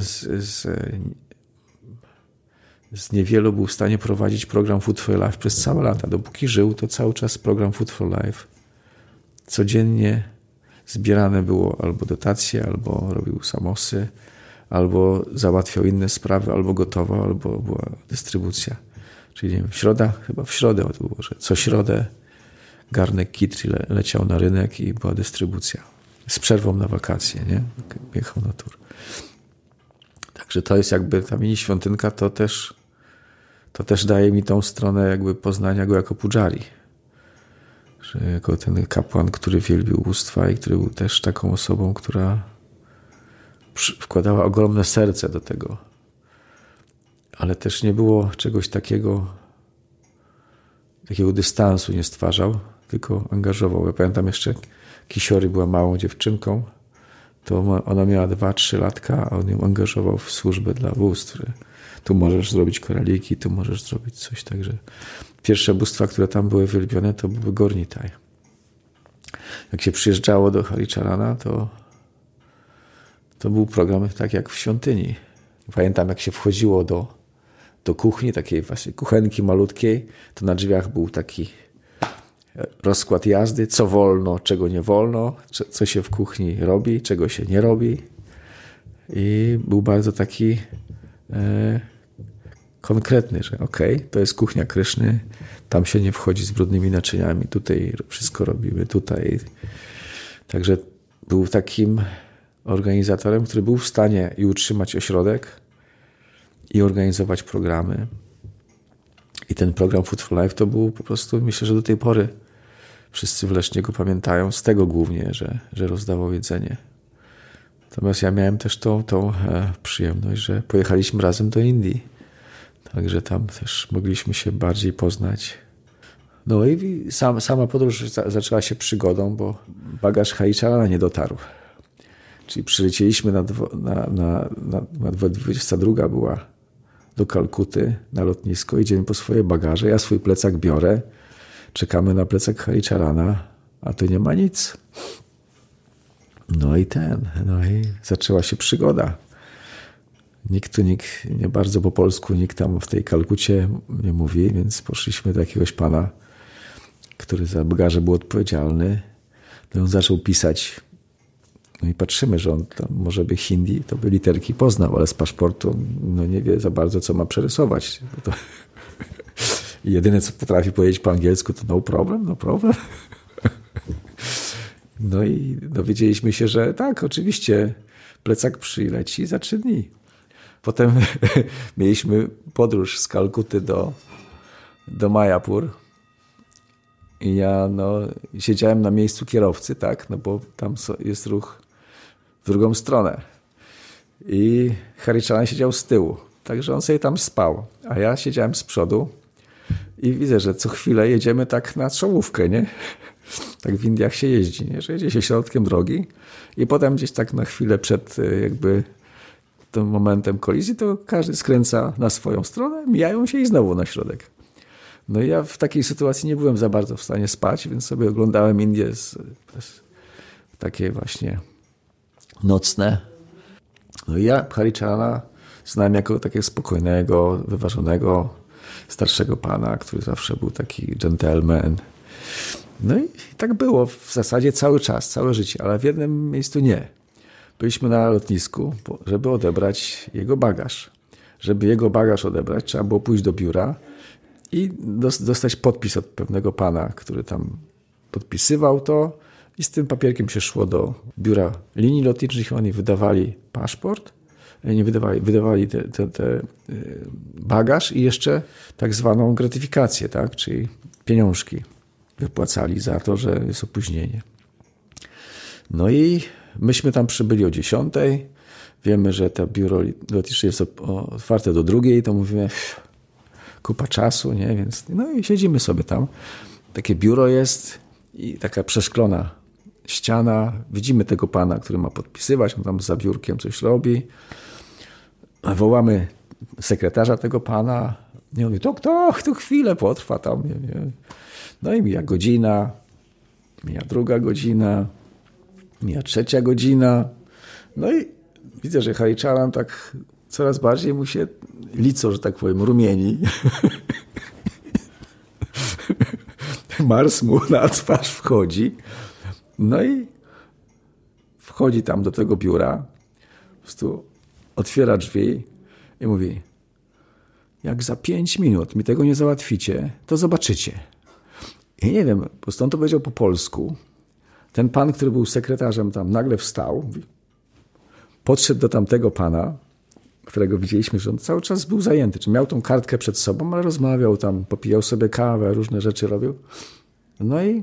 z niewielu był w stanie prowadzić program Food for Life przez całe lata. Dopóki żył, to cały czas program Food for Life. Codziennie zbierane było albo dotacje, albo robił samosy, albo załatwiał inne sprawy, albo gotował, albo była dystrybucja. Czyli nie wiem, chyba w środę to było, że co środę garnek kitri leciał na rynek i była dystrybucja. Z przerwą na wakacje, nie? Jechał na tur. Także to jest jakby ta mini świątynka, to też daje mi tą stronę jakby poznania go jako pudżari. Że jako ten kapłan, który wielbił bóstwa i który był też taką osobą, która wkładała ogromne serce do tego. Ale też nie było czegoś takiego dystansu nie stwarzał, tylko angażował. Ja pamiętam jeszcze, Kisiori była małą dziewczynką, to ona miała 2-3 latka, a on ją angażował w służbę dla bóstw. Tu możesz zrobić koraliki, tu możesz zrobić coś. Także pierwsze bóstwa, które tam były wielbione, to były Gornitaj. Jak się przyjeżdżało do Haricharana, to był program tak jak w świątyni. Pamiętam, jak się wchodziło do kuchni, takiej właśnie kuchenki malutkiej, to na drzwiach był taki rozkład jazdy, co wolno, czego nie wolno, co się w kuchni robi, czego się nie robi. I był bardzo taki konkretny, że to jest kuchnia Kryszny, tam się nie wchodzi z brudnymi naczyniami, tutaj wszystko robimy, tutaj. Także był takim organizatorem, który był w stanie i utrzymać ośrodek, i organizować programy. I ten program Food for Life to był po prostu, myślę, że do tej pory wszyscy w Lesznie go pamiętają, z tego głównie, że rozdawał jedzenie. Natomiast ja miałem też tą przyjemność, że pojechaliśmy razem do Indii. Także tam też mogliśmy się bardziej poznać. No i sama podróż zaczęła się przygodą, bo bagaż Haricharana nie dotarł. Czyli przylecieliśmy na 22 była do Kalkuty na lotnisko, idziemy po swoje bagaże, ja swój plecak biorę, czekamy na plecak Haricharana, a tu nie ma nic. No i zaczęła się przygoda. Nikt nie bardzo po polsku, nikt tam w tej Kalkucie nie mówi, więc poszliśmy do jakiegoś pana, który za bagaże był odpowiedzialny. No on zaczął pisać. No i patrzymy, że on tam może by hindi, to by literki poznał, ale z paszportu nie wie za bardzo, co ma przerysować. I jedyne, co potrafi powiedzieć po angielsku, to no problem. No i dowiedzieliśmy się, że tak, oczywiście plecak przyleci za 3 dni. Potem mieliśmy podróż z Kalkuty do Mayapur i ja siedziałem na miejscu kierowcy, tak, bo tam jest ruch w drugą stronę. I Haricharan siedział z tyłu, także on sobie tam spał, a ja siedziałem z przodu i widzę, że co chwilę jedziemy tak na czołówkę, nie? Tak w Indiach się jeździ, nie? Że jedzie się środkiem drogi i potem gdzieś tak na chwilę przed jakby tym momentem kolizji, to każdy skręca na swoją stronę, mijają się i znowu na środek. No i ja w takiej sytuacji nie byłem za bardzo w stanie spać, więc sobie oglądałem Indie takie właśnie nocne. No i ja Haricharana znałem jako takiego spokojnego, wyważonego, starszego pana, który zawsze był taki gentleman. No i tak było w zasadzie cały czas, całe życie, ale w jednym miejscu nie. Byliśmy na lotnisku, żeby odebrać jego bagaż. Żeby jego bagaż odebrać, trzeba było pójść do biura i dostać podpis od pewnego pana, który tam podpisywał to i z tym papierkiem się szło do biura linii lotniczych. Oni wydawali paszport, wydawali te bagaż i jeszcze tak zwaną gratyfikację, tak? Czyli pieniążki wypłacali za to, że jest opóźnienie. No i myśmy tam przybyli o 10:00. Wiemy, że to biuro lotnicze jest otwarte do 2:00, to mówimy kupa czasu, nie? Więc no i siedzimy sobie tam. Takie biuro jest, i taka przeszklona ściana. Widzimy tego pana, który ma podpisywać, on tam za biurkiem coś robi. Wołamy sekretarza tego pana. I on mówi, to chwilę potrwa tam. Nie. No i mija godzina, mija druga godzina, mija trzecia godzina. No i widzę, że Haliczaran tak coraz bardziej mu się lico, że tak powiem, rumieni. Mars mu na twarz wchodzi. No i wchodzi tam do tego biura, po prostu otwiera drzwi i mówi, jak za 5 minut mi tego nie załatwicie, to zobaczycie. I nie wiem, po prostu on to powiedział po polsku. Ten pan, który był sekretarzem tam, nagle wstał, podszedł do tamtego pana, którego widzieliśmy, że on cały czas był zajęty, czy miał tą kartkę przed sobą, ale rozmawiał tam, popijał sobie kawę, różne rzeczy robił. No i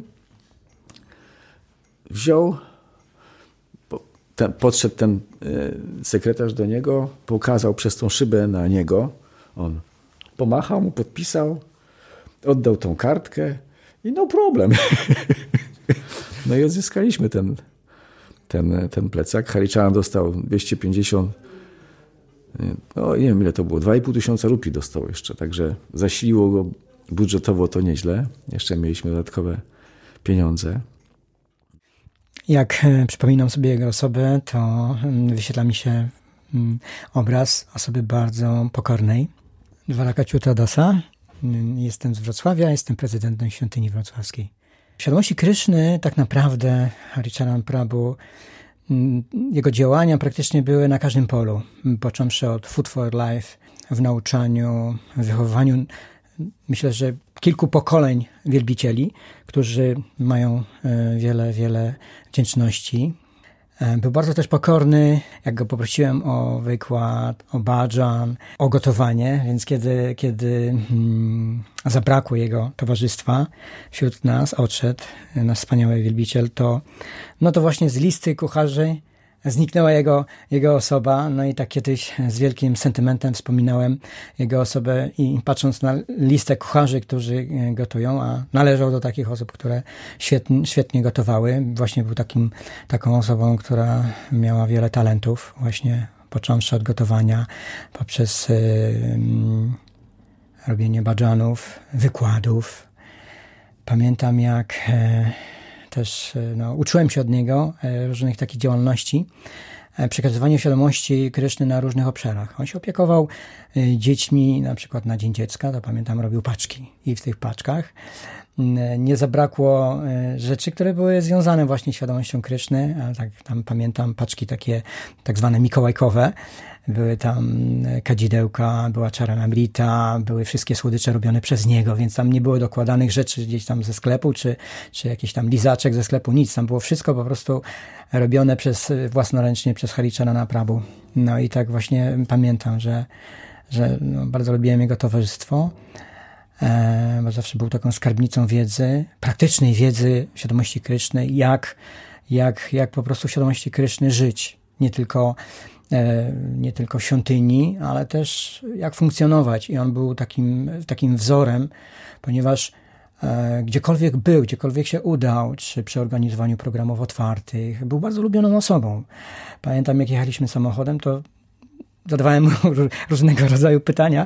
wziął, podszedł ten sekretarz do niego, pokazał przez tą szybę na niego, on pomachał mu, podpisał, oddał tą kartkę i no problem. No i odzyskaliśmy ten plecak. Haliczaran dostał 250, no nie wiem ile to było, 2500 rupii dostał jeszcze, także zasiliło go budżetowo to nieźle. Jeszcze mieliśmy dodatkowe pieniądze. Jak przypominam sobie jego osobę, to wyświetla mi się obraz osoby bardzo pokornej. Dwalaka Dasa. Jestem z Wrocławia, jestem prezydentem Świątyni Wrocławskiej. W świadomości Kryszny tak naprawdę Haliczaran Prabhu, jego działania praktycznie były na każdym polu. Począwszy od Food for Life, w nauczaniu, w wychowywaniu, myślę, że kilku pokoleń wielbicieli, którzy mają wiele wdzięczności. Był bardzo też pokorny, jak go poprosiłem o wykład, o bhajan, o gotowanie, więc kiedy zabrakło jego towarzystwa wśród nas, odszedł nasz wspaniały wielbiciel, to właśnie z listy kucharzy zniknęła jego osoba, no i tak kiedyś z wielkim sentymentem wspominałem jego osobę i patrząc na listę kucharzy, którzy gotują, a należał do takich osób, które świetnie gotowały. Właśnie był taką osobą, która miała wiele talentów, właśnie począwszy od gotowania, poprzez robienie bhajanów, wykładów. Pamiętam jak też uczyłem się od niego różnych takich działalności, przekazywania świadomości Kryszny na różnych obszarach. On się opiekował dziećmi, na przykład na Dzień Dziecka, to pamiętam, robił paczki i w tych paczkach nie zabrakło rzeczy, które były związane właśnie z świadomością Kryszny, ale tak tam pamiętam paczki takie tak zwane mikołajkowe. Były tam kadzidełka, była charanamrita, były wszystkie słodycze robione przez niego, więc tam nie było dokładanych rzeczy gdzieś tam ze sklepu, czy jakiś tam lizaczek ze sklepu, nic. Tam było wszystko po prostu robione własnoręcznie przez Halicharana Prabhu. No i tak właśnie pamiętam, że bardzo lubiłem jego towarzystwo, bo zawsze był taką skarbnicą wiedzy, praktycznej wiedzy świadomości Kryszny, jak po prostu w świadomości Kryszny żyć. Nie tylko w świątyni, ale też jak funkcjonować. I on był takim wzorem, ponieważ gdziekolwiek był, gdziekolwiek się udał, czy przy organizowaniu programów otwartych, był bardzo lubioną osobą. Pamiętam, jak jechaliśmy samochodem, to zadawałem mu różnego rodzaju pytania.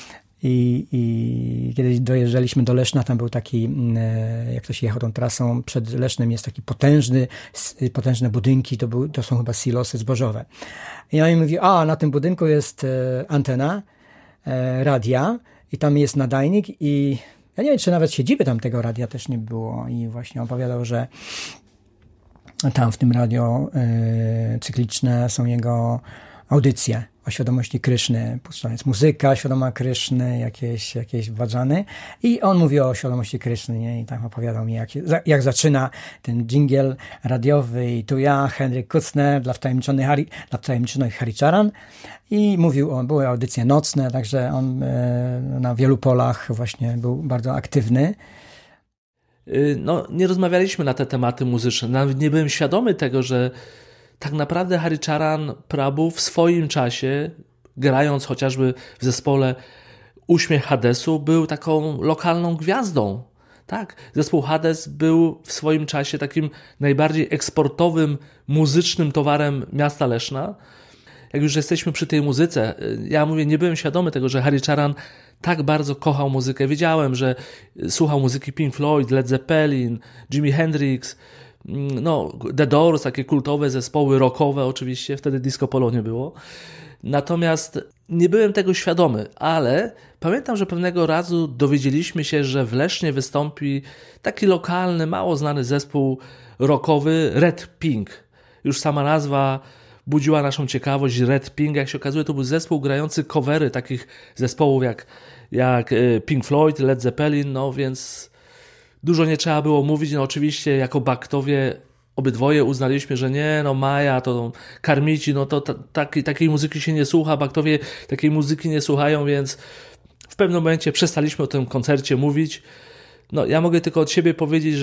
I kiedy dojeżdżaliśmy do Leszna, tam był taki, jak ktoś jechał tą trasą, przed Lesznem jest taki potężne budynki, to są chyba silosy zbożowe. I on mi mówi, na tym budynku jest antena radia i tam jest nadajnik i ja nie wiem, czy nawet siedziby tam tego radia też nie było. I właśnie opowiadał, że tam w tym radio cykliczne są jego audycje o świadomości Kryszny. Puszczana jest muzyka świadoma Kryszny, jakieś bhajany. I on mówi o świadomości Kryszny, nie? I tam opowiadał mi, jak zaczyna ten dżingiel radiowy. I tu ja, Henryk Kutzner, dla wtajemniczonych Haliczaran. I mówił, były audycje nocne, także on na wielu polach właśnie był bardzo aktywny. Nie rozmawialiśmy na te tematy muzyczne. Nawet nie byłem świadomy tego, że tak naprawdę Haliczaran Prabhu w swoim czasie, grając chociażby w zespole Uśmiech Hadesu, był taką lokalną gwiazdą. Tak, zespół Hades był w swoim czasie takim najbardziej eksportowym, muzycznym towarem miasta Leszna. Jak już jesteśmy przy tej muzyce, ja mówię, nie byłem świadomy tego, że Haricharan tak bardzo kochał muzykę. Wiedziałem, że słuchał muzyki Pink Floyd, Led Zeppelin, Jimi Hendrix, no, The Doors, takie kultowe zespoły rockowe oczywiście, wtedy disco polo nie było. Natomiast nie byłem tego świadomy, ale pamiętam, że pewnego razu dowiedzieliśmy się, że w Lesznie wystąpi taki lokalny, mało znany zespół rockowy Red Pink. Już sama nazwa budziła naszą ciekawość. Red Pink, jak się okazuje, to był zespół grający covery takich zespołów jak Pink Floyd, Led Zeppelin, no więc dużo nie trzeba było mówić. No oczywiście jako baktowie obydwoje uznaliśmy, że nie, no Maja, to karmici, no to takiej muzyki się nie słucha, baktowie takiej muzyki nie słuchają, więc w pewnym momencie przestaliśmy o tym koncercie mówić. No ja mogę tylko od siebie powiedzieć,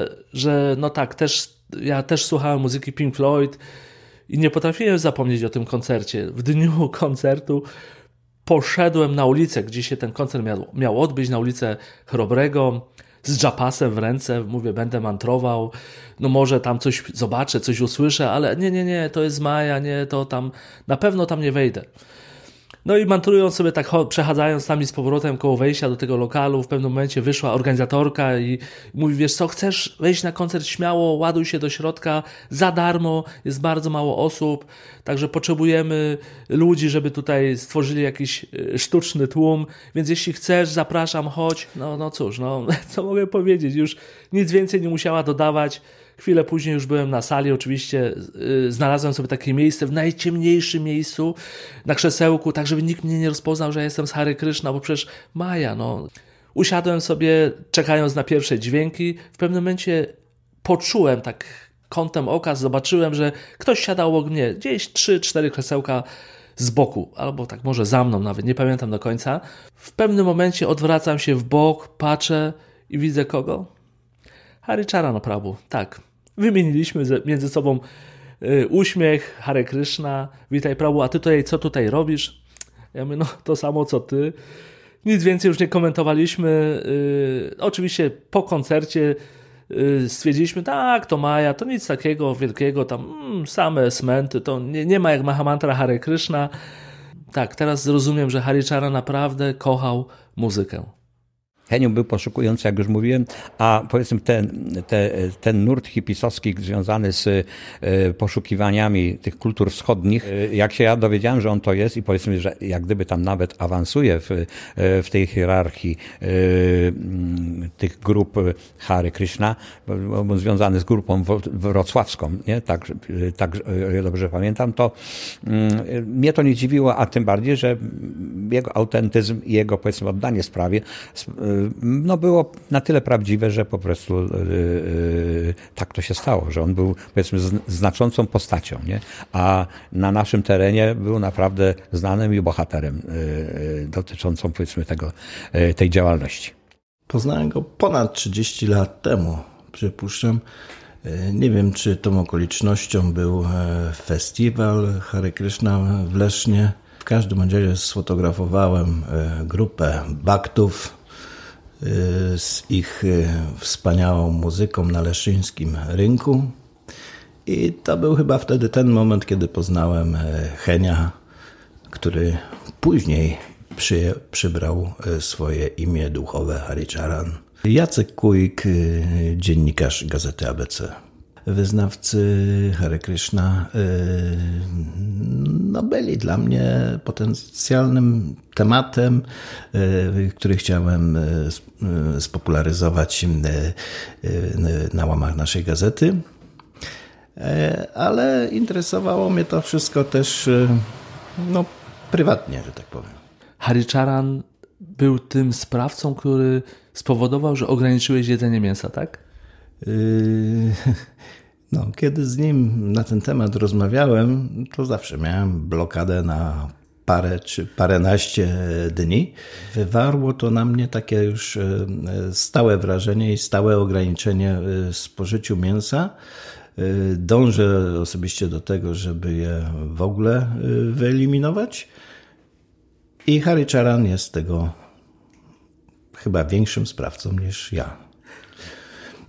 że no tak, ja też słuchałem muzyki Pink Floyd i nie potrafiłem zapomnieć o tym koncercie. W dniu koncertu poszedłem na ulicę, gdzie się ten koncert miał odbyć, na ulicę Chrobrego, z japasem w ręce, mówię, będę mantrował, no może tam coś zobaczę, coś usłyszę, ale nie, to jest Maja, nie, to tam, na pewno tam nie wejdę. No i mantrując sobie tak, przechadzając tam i z powrotem koło wejścia do tego lokalu, w pewnym momencie wyszła organizatorka i mówi, wiesz co, chcesz wejść na koncert, śmiało, ładuj się do środka, za darmo, jest bardzo mało osób, także potrzebujemy ludzi, żeby tutaj stworzyli jakiś sztuczny tłum, więc jeśli chcesz, zapraszam, chodź. No cóż, no co mogę powiedzieć, już nic więcej nie musiała dodawać. Chwilę później już byłem na sali, oczywiście znalazłem sobie takie miejsce w najciemniejszym miejscu na krzesełku, tak żeby nikt mnie nie rozpoznał, że jestem z Hare Krishna, bo przecież Maja, no. Usiadłem sobie, czekając na pierwsze dźwięki. W pewnym momencie poczułem tak kątem oka, zobaczyłem, że ktoś siadał obok mnie, gdzieś 3-4 krzesełka z boku, albo tak może za mną nawet, nie pamiętam do końca. W pewnym momencie odwracam się w bok, patrzę i widzę kogo? Haricharan Prabhu, tak. Wymieniliśmy między sobą uśmiech, Hare Krishna, witaj Prabhu, a ty co tutaj robisz? Ja mówię, no to samo co ty. Nic więcej już nie komentowaliśmy. Oczywiście po koncercie stwierdziliśmy, tak, to Maja, to nic takiego wielkiego, tam same smenty, to nie ma jak Mahamantra Hare Krishna. Tak, teraz zrozumiem, że Haricharan naprawdę kochał muzykę. Heniu był poszukujący, jak już mówiłem, a powiedzmy ten nurt hipisowski związany z poszukiwaniami tych kultur wschodnich, jak się ja dowiedziałem, że on to jest i powiedzmy, że jak gdyby tam nawet awansuje w tej hierarchii tych grup Hare Krishna, bo związany z grupą wrocławską, nie? Tak dobrze pamiętam, to mnie to nie dziwiło, a tym bardziej, że jego autentyzm i jego powiedzmy oddanie sprawie no było na tyle prawdziwe, że po prostu tak to się stało, że on był powiedzmy znaczącą postacią, nie? A na naszym terenie był naprawdę znanym i bohaterem dotyczącą powiedzmy tej działalności. Poznałem go ponad 30 lat temu, przypuszczam. Nie wiem, czy tą okolicznością był festiwal Hare Krishna w Lesznie. W każdym razie sfotografowałem grupę baktów z ich wspaniałą muzyką na leszyńskim rynku. I to był chyba wtedy ten moment, kiedy poznałem Henia, który później przybrał swoje imię duchowe Haricharan. Jacek Kujk, dziennikarz Gazety ABC. Wyznawcy Hare Krishna no byli dla mnie potencjalnym tematem, który chciałem spopularyzować na łamach naszej gazety, ale interesowało mnie to wszystko też no, prywatnie, że tak powiem. Haricharan był tym sprawcą, który spowodował, że ograniczyłeś jedzenie mięsa, tak? No, kiedy z nim na ten temat rozmawiałem, to zawsze miałem blokadę na parę czy paręnaście dni. Wywarło to na mnie takie już stałe wrażenie i stałe ograniczenie w spożyciu mięsa. Dążę osobiście do tego, żeby je w ogóle wyeliminować. I Haricharan jest tego chyba większym sprawcą niż ja.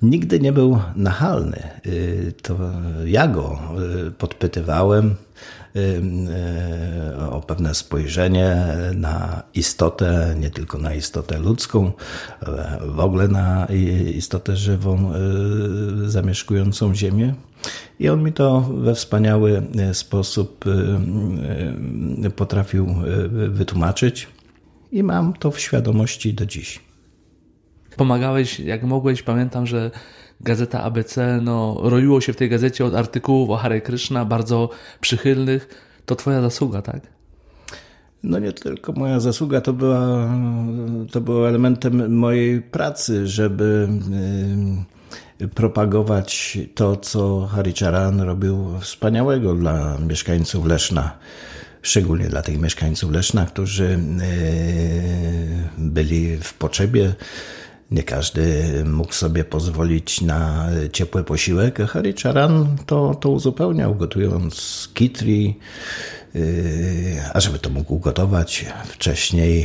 nigdy nie był nachalny. To ja go podpytywałem o pewne spojrzenie na istotę, nie tylko na istotę ludzką, ale w ogóle na istotę żywą zamieszkującą Ziemię. I on mi to we wspaniały sposób potrafił wytłumaczyć i mam to w świadomości do dziś. Pomagałeś jak mogłeś. Pamiętam, że gazeta ABC, roiło się w tej gazecie od artykułów o Hare Krishna, bardzo przychylnych. To twoja zasługa, tak? No nie tylko moja zasługa, to było elementem mojej pracy, żeby propagować to, co Haricharan robił wspaniałego dla mieszkańców Leszna. Szczególnie dla tych mieszkańców Leszna, którzy byli w potrzebie. Nie każdy mógł sobie pozwolić na ciepły posiłek, a Haricharan to uzupełniał, gotując kitri, a żeby to mógł gotować wcześniej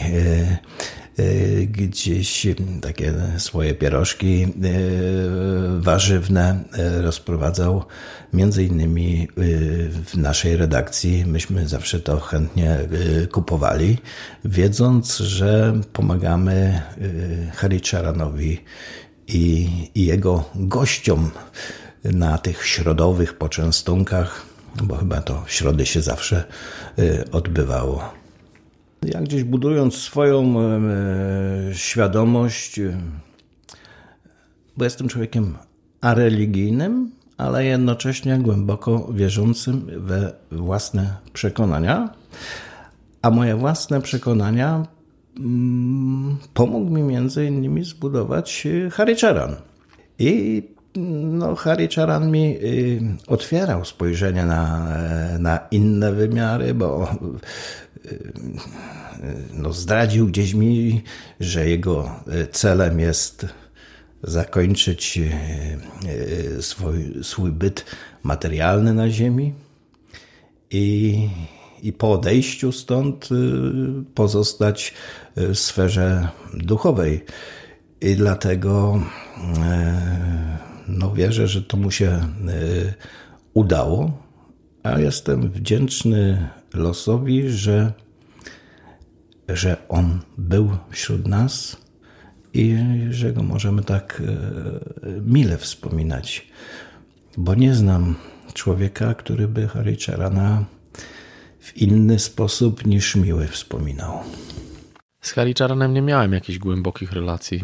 gdzieś takie swoje pierożki warzywne rozprowadzał między innymi w naszej redakcji. Myśmy zawsze to chętnie kupowali, wiedząc, że pomagamy Haricharanowi i jego gościom na tych środowych poczęstunkach, bo chyba to w środy się zawsze odbywało. Ja gdzieś budując swoją świadomość, bo jestem człowiekiem areligijnym, ale jednocześnie głęboko wierzącym we własne przekonania, a moje własne przekonania pomógł mi między innymi zbudować Haricharan. I Haricharan mi otwierał spojrzenie na inne wymiary, bo zdradził gdzieś mi, że jego celem jest zakończyć swój byt materialny na ziemi i po odejściu stąd pozostać w sferze duchowej. I dlatego wierzę, że to mu się udało, a jestem wdzięczny losowi, że on był wśród nas i że go możemy tak mile wspominać, bo nie znam człowieka, który by Haricharana w inny sposób niż miły wspominał. Z Haricharanem nie miałem jakichś głębokich relacji.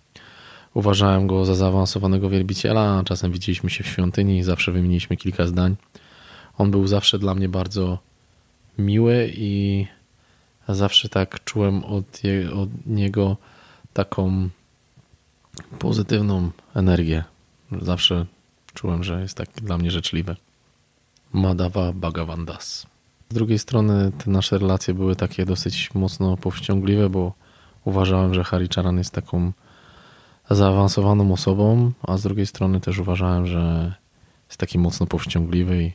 Uważałem go za zaawansowanego wielbiciela, a czasem widzieliśmy się w świątyni i zawsze wymieniliśmy kilka zdań. On był zawsze dla mnie bardzo miły i zawsze tak czułem od niego taką pozytywną energię. Zawsze czułem, że jest tak dla mnie życzliwy. Madhava Bhagavan Das. Z drugiej strony te nasze relacje były takie dosyć mocno powściągliwe, bo uważałem, że Haricharan jest taką zaawansowaną osobą, a z drugiej strony też uważałem, że jest taki mocno powściągliwy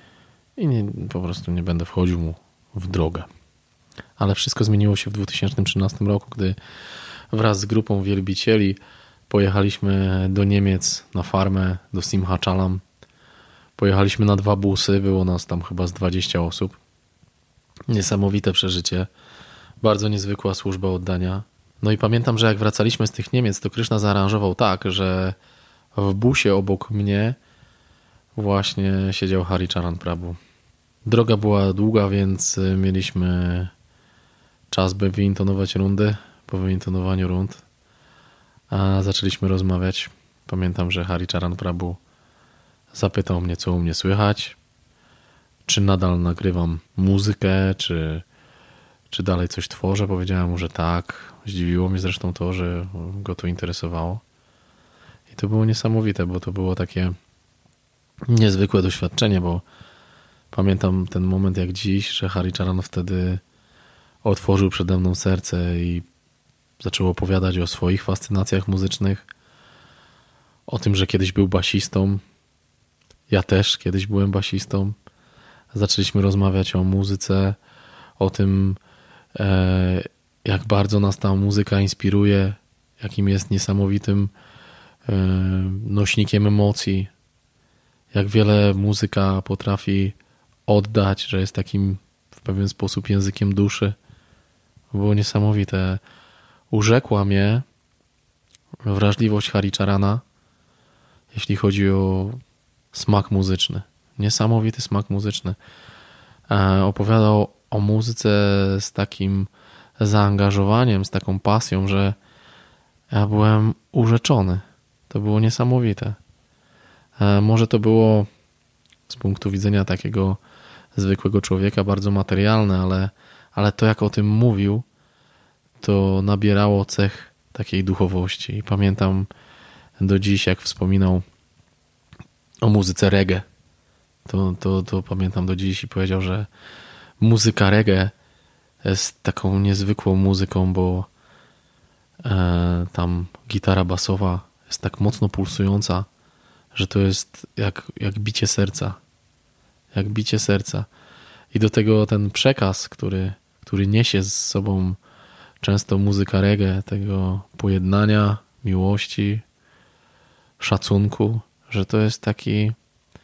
i po prostu nie będę wchodził mu w drogę. Ale wszystko zmieniło się w 2013 roku, gdy wraz z grupą wielbicieli pojechaliśmy do Niemiec na farmę, do Simhachalam. Pojechaliśmy na 2 busy, było nas tam chyba z 20 osób. Niesamowite przeżycie, bardzo niezwykła służba oddania. No i pamiętam, że jak wracaliśmy z tych Niemiec, to Kryszna zaaranżował tak, że w busie obok mnie właśnie siedział Haricharan Prabhu. Droga była długa, więc mieliśmy czas, by wyintonować rundy. Po wyintonowaniu rund zaczęliśmy rozmawiać. Pamiętam, że Haricharan Prabhu zapytał mnie, co u mnie słychać, czy nadal nagrywam muzykę, czy dalej coś tworzę. Powiedziałem mu, że tak. Zdziwiło mnie zresztą to, że go to interesowało. I to było niesamowite, bo to było takie niezwykłe doświadczenie, bo pamiętam ten moment jak dziś, że Haricharan wtedy otworzył przede mną serce i zaczął opowiadać o swoich fascynacjach muzycznych, o tym, że kiedyś był basistą. Ja też kiedyś byłem basistą. Zaczęliśmy rozmawiać o muzyce, o tym, jak bardzo nas ta muzyka inspiruje, jakim jest niesamowitym nośnikiem emocji, jak wiele muzyka potrafi oddać, że jest takim w pewien sposób językiem duszy. Było niesamowite. Urzekła mnie wrażliwość Haricharana, jeśli chodzi o smak muzyczny. Niesamowity smak muzyczny. Opowiadał o muzyce z takim zaangażowaniem, z taką pasją, że ja byłem urzeczony. To było niesamowite. Może to było z punktu widzenia takiego zwykłego człowieka bardzo materialne, ale to, jak o tym mówił, to nabierało cech takiej duchowości. I pamiętam do dziś, jak wspominał o muzyce reggae, to pamiętam do dziś i powiedział, że muzyka reggae jest taką niezwykłą muzyką, bo tam gitara basowa jest tak mocno pulsująca, że to jest jak bicie serca. Jak bicie serca. I do tego ten przekaz, który niesie z sobą często muzyka reggae, tego pojednania, miłości, szacunku, że to jest taki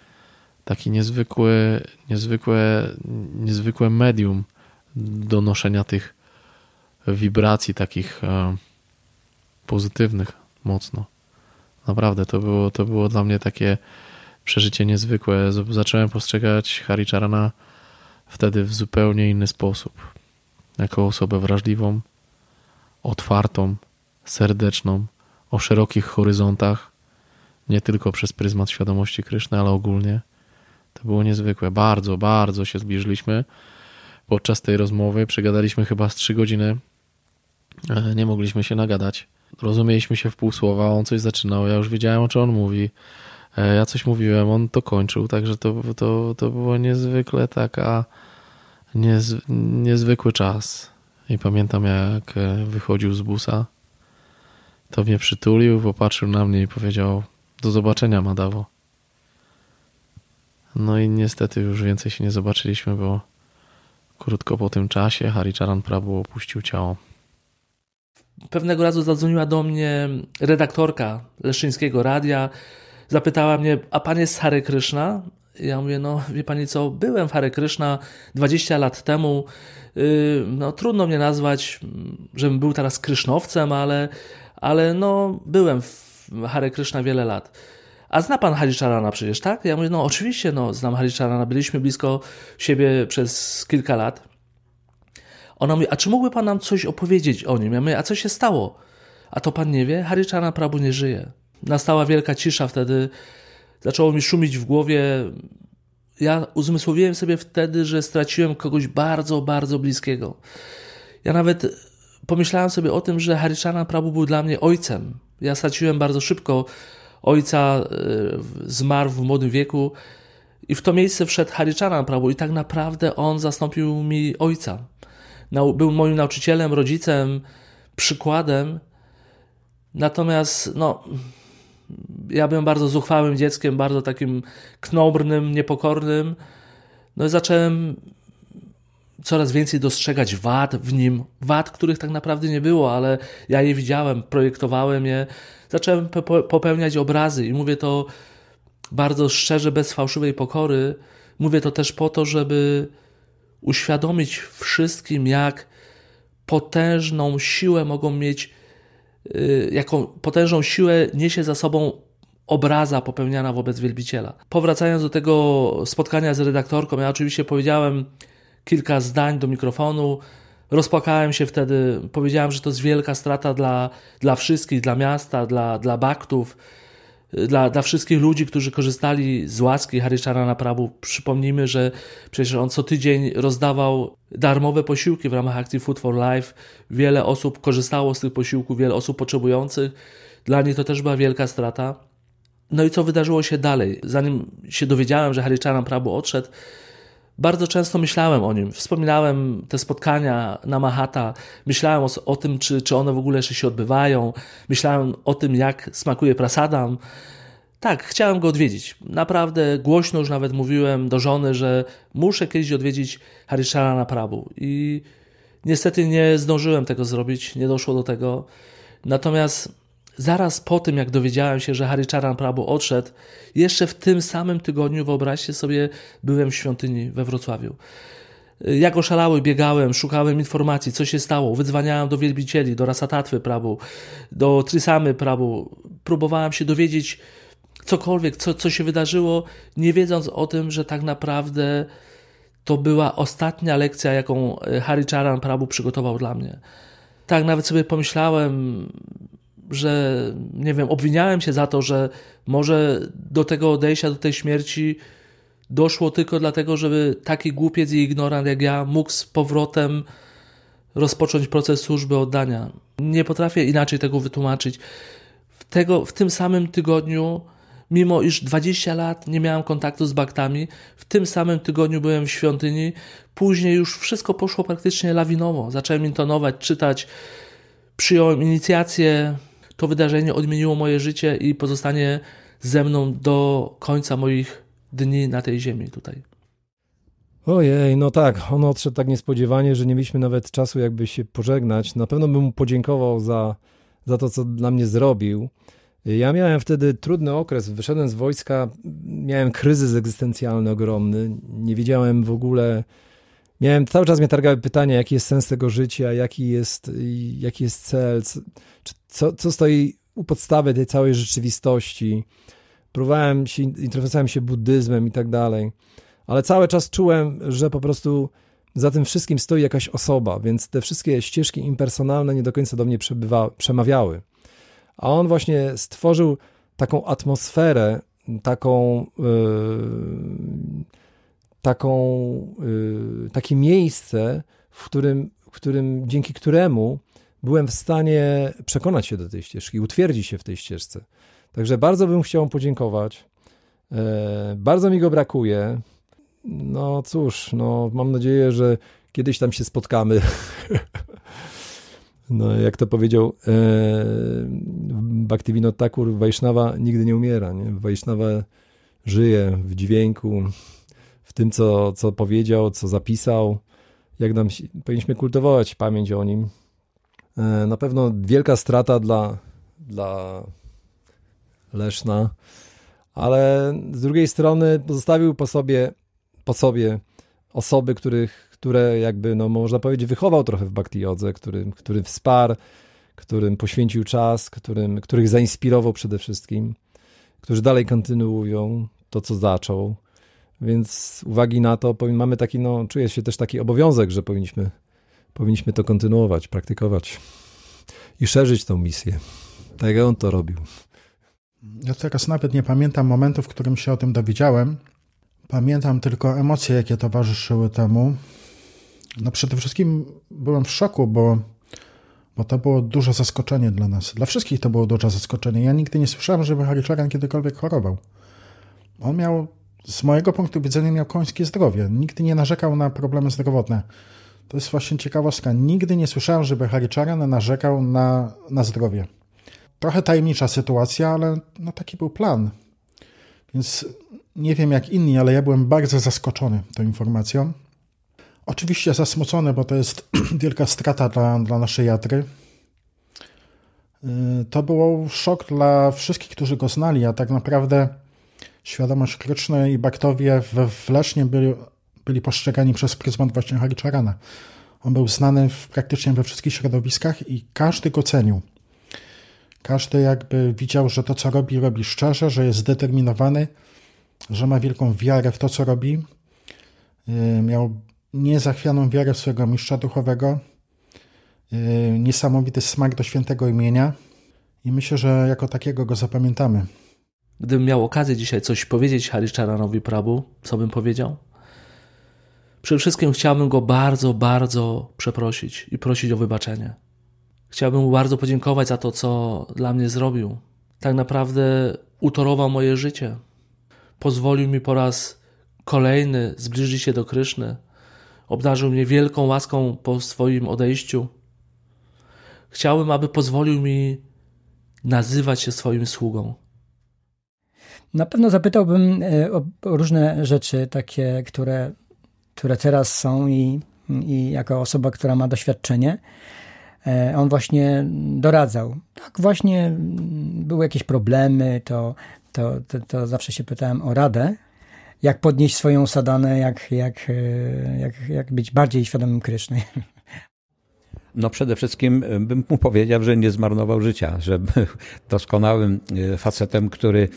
niezwykłe medium do noszenia tych wibracji takich pozytywnych mocno. Naprawdę, to było dla mnie takie przeżycie niezwykłe. Zacząłem postrzegać Haricharana wtedy w zupełnie inny sposób. Jako osobę wrażliwą, otwartą, serdeczną, o szerokich horyzontach, nie tylko przez pryzmat świadomości Kryszny, ale ogólnie. To było niezwykłe. Bardzo, bardzo się zbliżyliśmy. Podczas tej rozmowy przegadaliśmy chyba z 3 godziny. Nie mogliśmy się nagadać. Rozumieliśmy się w pół słowa, on coś zaczynał, ja już wiedziałem, o czym on mówi. Ja coś mówiłem, on to kończył, także to było niezwykle niezwykły czas. I pamiętam, jak wychodził z busa, to mnie przytulił, popatrzył na mnie i powiedział: do zobaczenia, Madawo. No i niestety już więcej się nie zobaczyliśmy, bo krótko po tym czasie Haricharan Prabhu opuścił ciało. Pewnego razu zadzwoniła do mnie redaktorka Leszczyńskiego Radia. Zapytała mnie: a pan jest z Hare Kryszna? Ja mówię: no wie pani co, byłem w Hare Kryszna 20 lat temu. No trudno mnie nazwać, żebym był teraz krysznowcem, ale no byłem w Hare Kryszna wiele lat. A zna pan Haricharana przecież, tak? Ja mówię: no oczywiście, no znam Haricharana, byliśmy blisko siebie przez kilka lat. Ona mówi: a czy mógłby pan nam coś opowiedzieć o nim? Ja mówię: a co się stało? A to pan nie wie? Haricharan Prabhu nie żyje. Nastała wielka cisza wtedy. Zaczęło mi szumić w głowie. Ja uzmysłowiłem sobie wtedy, że straciłem kogoś bardzo, bardzo bliskiego. Ja nawet pomyślałem sobie o tym, że Haricharan Prabhu był dla mnie ojcem. Ja straciłem bardzo szybko ojca, zmarł w młodym wieku i w to miejsce wszedł Haricharan Prabhu i tak naprawdę on zastąpił mi ojca. Był moim nauczycielem, rodzicem, przykładem. Natomiast no, ja byłem bardzo zuchwałym dzieckiem, bardzo takim knobrnym, niepokornym. No i zacząłem coraz więcej dostrzegać wad w nim. Wad, których tak naprawdę nie było, ale ja je widziałem, projektowałem je. Zacząłem popełniać obrazy i mówię to bardzo szczerze, bez fałszywej pokory. Mówię to też po to, żeby uświadomić wszystkim, jak potężną siłę mogą mieć, jaką potężną siłę niesie za sobą obraza popełniana wobec wielbiciela. Powracając do tego spotkania z redaktorką, ja oczywiście powiedziałem kilka zdań do mikrofonu, rozpłakałem się wtedy, powiedziałem, że to jest wielka strata dla wszystkich, dla miasta, dla baktów, dla wszystkich ludzi, którzy korzystali z łaski Haricharana Prabhu. Przypomnijmy, że przecież on co tydzień rozdawał darmowe posiłki w ramach akcji Food for Life. Wiele osób korzystało z tych posiłków, wiele osób potrzebujących. Dla nich to też była wielka strata. No i co wydarzyło się dalej? Zanim się dowiedziałem, że Haricharan Prabhu odszedł, bardzo często myślałem o nim. Wspominałem te spotkania na Mahata. Myślałem o tym, czy one w ogóle jeszcze się odbywają. Myślałem o tym, jak smakuje prasadam. Tak, chciałem go odwiedzić. Naprawdę głośno już nawet mówiłem do żony, że muszę kiedyś odwiedzić Haricharana Prabhu. I niestety nie zdążyłem tego zrobić, nie doszło do tego. Natomiast zaraz po tym, jak dowiedziałem się, że Haricharan Prabhu odszedł, jeszcze w tym samym tygodniu, wyobraźcie sobie, byłem w świątyni we Wrocławiu. Jak oszalały biegałem, szukałem informacji, co się stało, wydzwaniałem do wielbicieli, do Rasatatwy Prabhu, do Trisamy Prabhu. Próbowałem się dowiedzieć cokolwiek, co się wydarzyło, nie wiedząc o tym, że tak naprawdę to była ostatnia lekcja, jaką Haricharan Prabhu przygotował dla mnie. Tak, nawet sobie pomyślałem, że, nie wiem, obwiniałem się za to, że może do tego odejścia, do tej śmierci doszło tylko dlatego, żeby taki głupiec i ignorant jak ja mógł z powrotem rozpocząć proces służby oddania. Nie potrafię inaczej tego wytłumaczyć. W tym samym tygodniu, mimo iż 20 lat nie miałem kontaktu z baktami, w tym samym tygodniu byłem w świątyni, później już wszystko poszło praktycznie lawinowo. Zacząłem intonować, czytać, przyjąłem inicjację. To wydarzenie odmieniło moje życie i pozostanie ze mną do końca moich dni na tej ziemi tutaj. Ojej, no tak, on odszedł tak niespodziewanie, że nie mieliśmy nawet czasu jakby się pożegnać. Na pewno bym mu podziękował za to, co dla mnie zrobił. Ja miałem wtedy trudny okres, wyszedłem z wojska, miałem kryzys egzystencjalny ogromny, nie wiedziałem w ogóle, cały czas mnie targały pytania, jaki jest sens tego życia, jaki jest cel, co stoi u podstawy tej całej rzeczywistości. Interesowałem się buddyzmem i tak dalej, ale cały czas czułem, że po prostu za tym wszystkim stoi jakaś osoba, więc te wszystkie ścieżki impersonalne nie do końca do mnie przemawiały. A on właśnie stworzył taką atmosferę, takie miejsce, dzięki któremu byłem w stanie przekonać się do tej ścieżki, utwierdzić się w tej ścieżce. Także bardzo bym chciał podziękować. Bardzo mi go brakuje. No cóż, mam nadzieję, że kiedyś tam się spotkamy. No, jak to powiedział Bhaktivinoda Thakur, Vaishnava nigdy nie umiera. Nie? Vaishnava żyje w dźwięku, w tym, co powiedział, co zapisał. Powinniśmy kultywować pamięć o nim. Na pewno wielka strata dla Leszna, ale z drugiej strony pozostawił po sobie osoby, które jakby, można powiedzieć, wychował trochę w Bhakti Jodze, którym wsparł, którym poświęcił czas, których zainspirował przede wszystkim, którzy dalej kontynuują to, co zaczął. Więc z uwagi na to mamy taki, czuję się też taki obowiązek, że powinniśmy to kontynuować, praktykować i szerzyć tą misję. Tak jak on to robił. Ja teraz nawet nie pamiętam momentu, w którym się o tym dowiedziałem. Pamiętam tylko emocje, jakie towarzyszyły temu. Przede wszystkim byłem w szoku, bo to było duże zaskoczenie dla nas. Dla wszystkich to było duże zaskoczenie. Ja nigdy nie słyszałem, żeby Haricharan kiedykolwiek chorował. On miał, z mojego punktu widzenia, końskie zdrowie. Nigdy nie narzekał na problemy zdrowotne. To jest właśnie ciekawostka. Nigdy nie słyszałem, żeby Haricharan narzekał na zdrowie. Trochę tajemnicza sytuacja, ale taki był plan. Więc nie wiem jak inni, ale ja byłem bardzo zaskoczony tą informacją. Oczywiście zasmucony, bo to jest wielka strata dla naszej jatry. To był szok dla wszystkich, którzy go znali, a tak naprawdę świadomość Kryszny i Bhaktowie w Lesznie byli postrzegani przez pryzmat właśnie Haricharana. On był znany praktycznie we wszystkich środowiskach i każdy go cenił. Każdy jakby widział, że to, co robi szczerze, że jest zdeterminowany, że ma wielką wiarę w to, co robi. Miał niezachwianą wiarę w swojego mistrza duchowego, niesamowity smak do świętego imienia i myślę, że jako takiego go zapamiętamy. Gdybym miał okazję dzisiaj coś powiedzieć Haricharanowi Prabhu, co bym powiedział? Przede wszystkim chciałbym go bardzo, bardzo przeprosić i prosić o wybaczenie. Chciałbym mu bardzo podziękować za to, co dla mnie zrobił. Tak naprawdę utorował moje życie. Pozwolił mi po raz kolejny zbliżyć się do Kryszny. Obdarzył mnie wielką łaską po swoim odejściu. Chciałbym, aby pozwolił mi nazywać się swoim sługą. Na pewno zapytałbym o różne rzeczy takie, które teraz są i jako osoba, która ma doświadczenie. on właśnie doradzał. Tak właśnie były jakieś problemy, to zawsze się pytałem o radę, jak podnieść swoją sadanę, jak być bardziej świadomym Kryszny. No przede wszystkim bym mu powiedział, że nie zmarnował życia, że był doskonałym facetem, który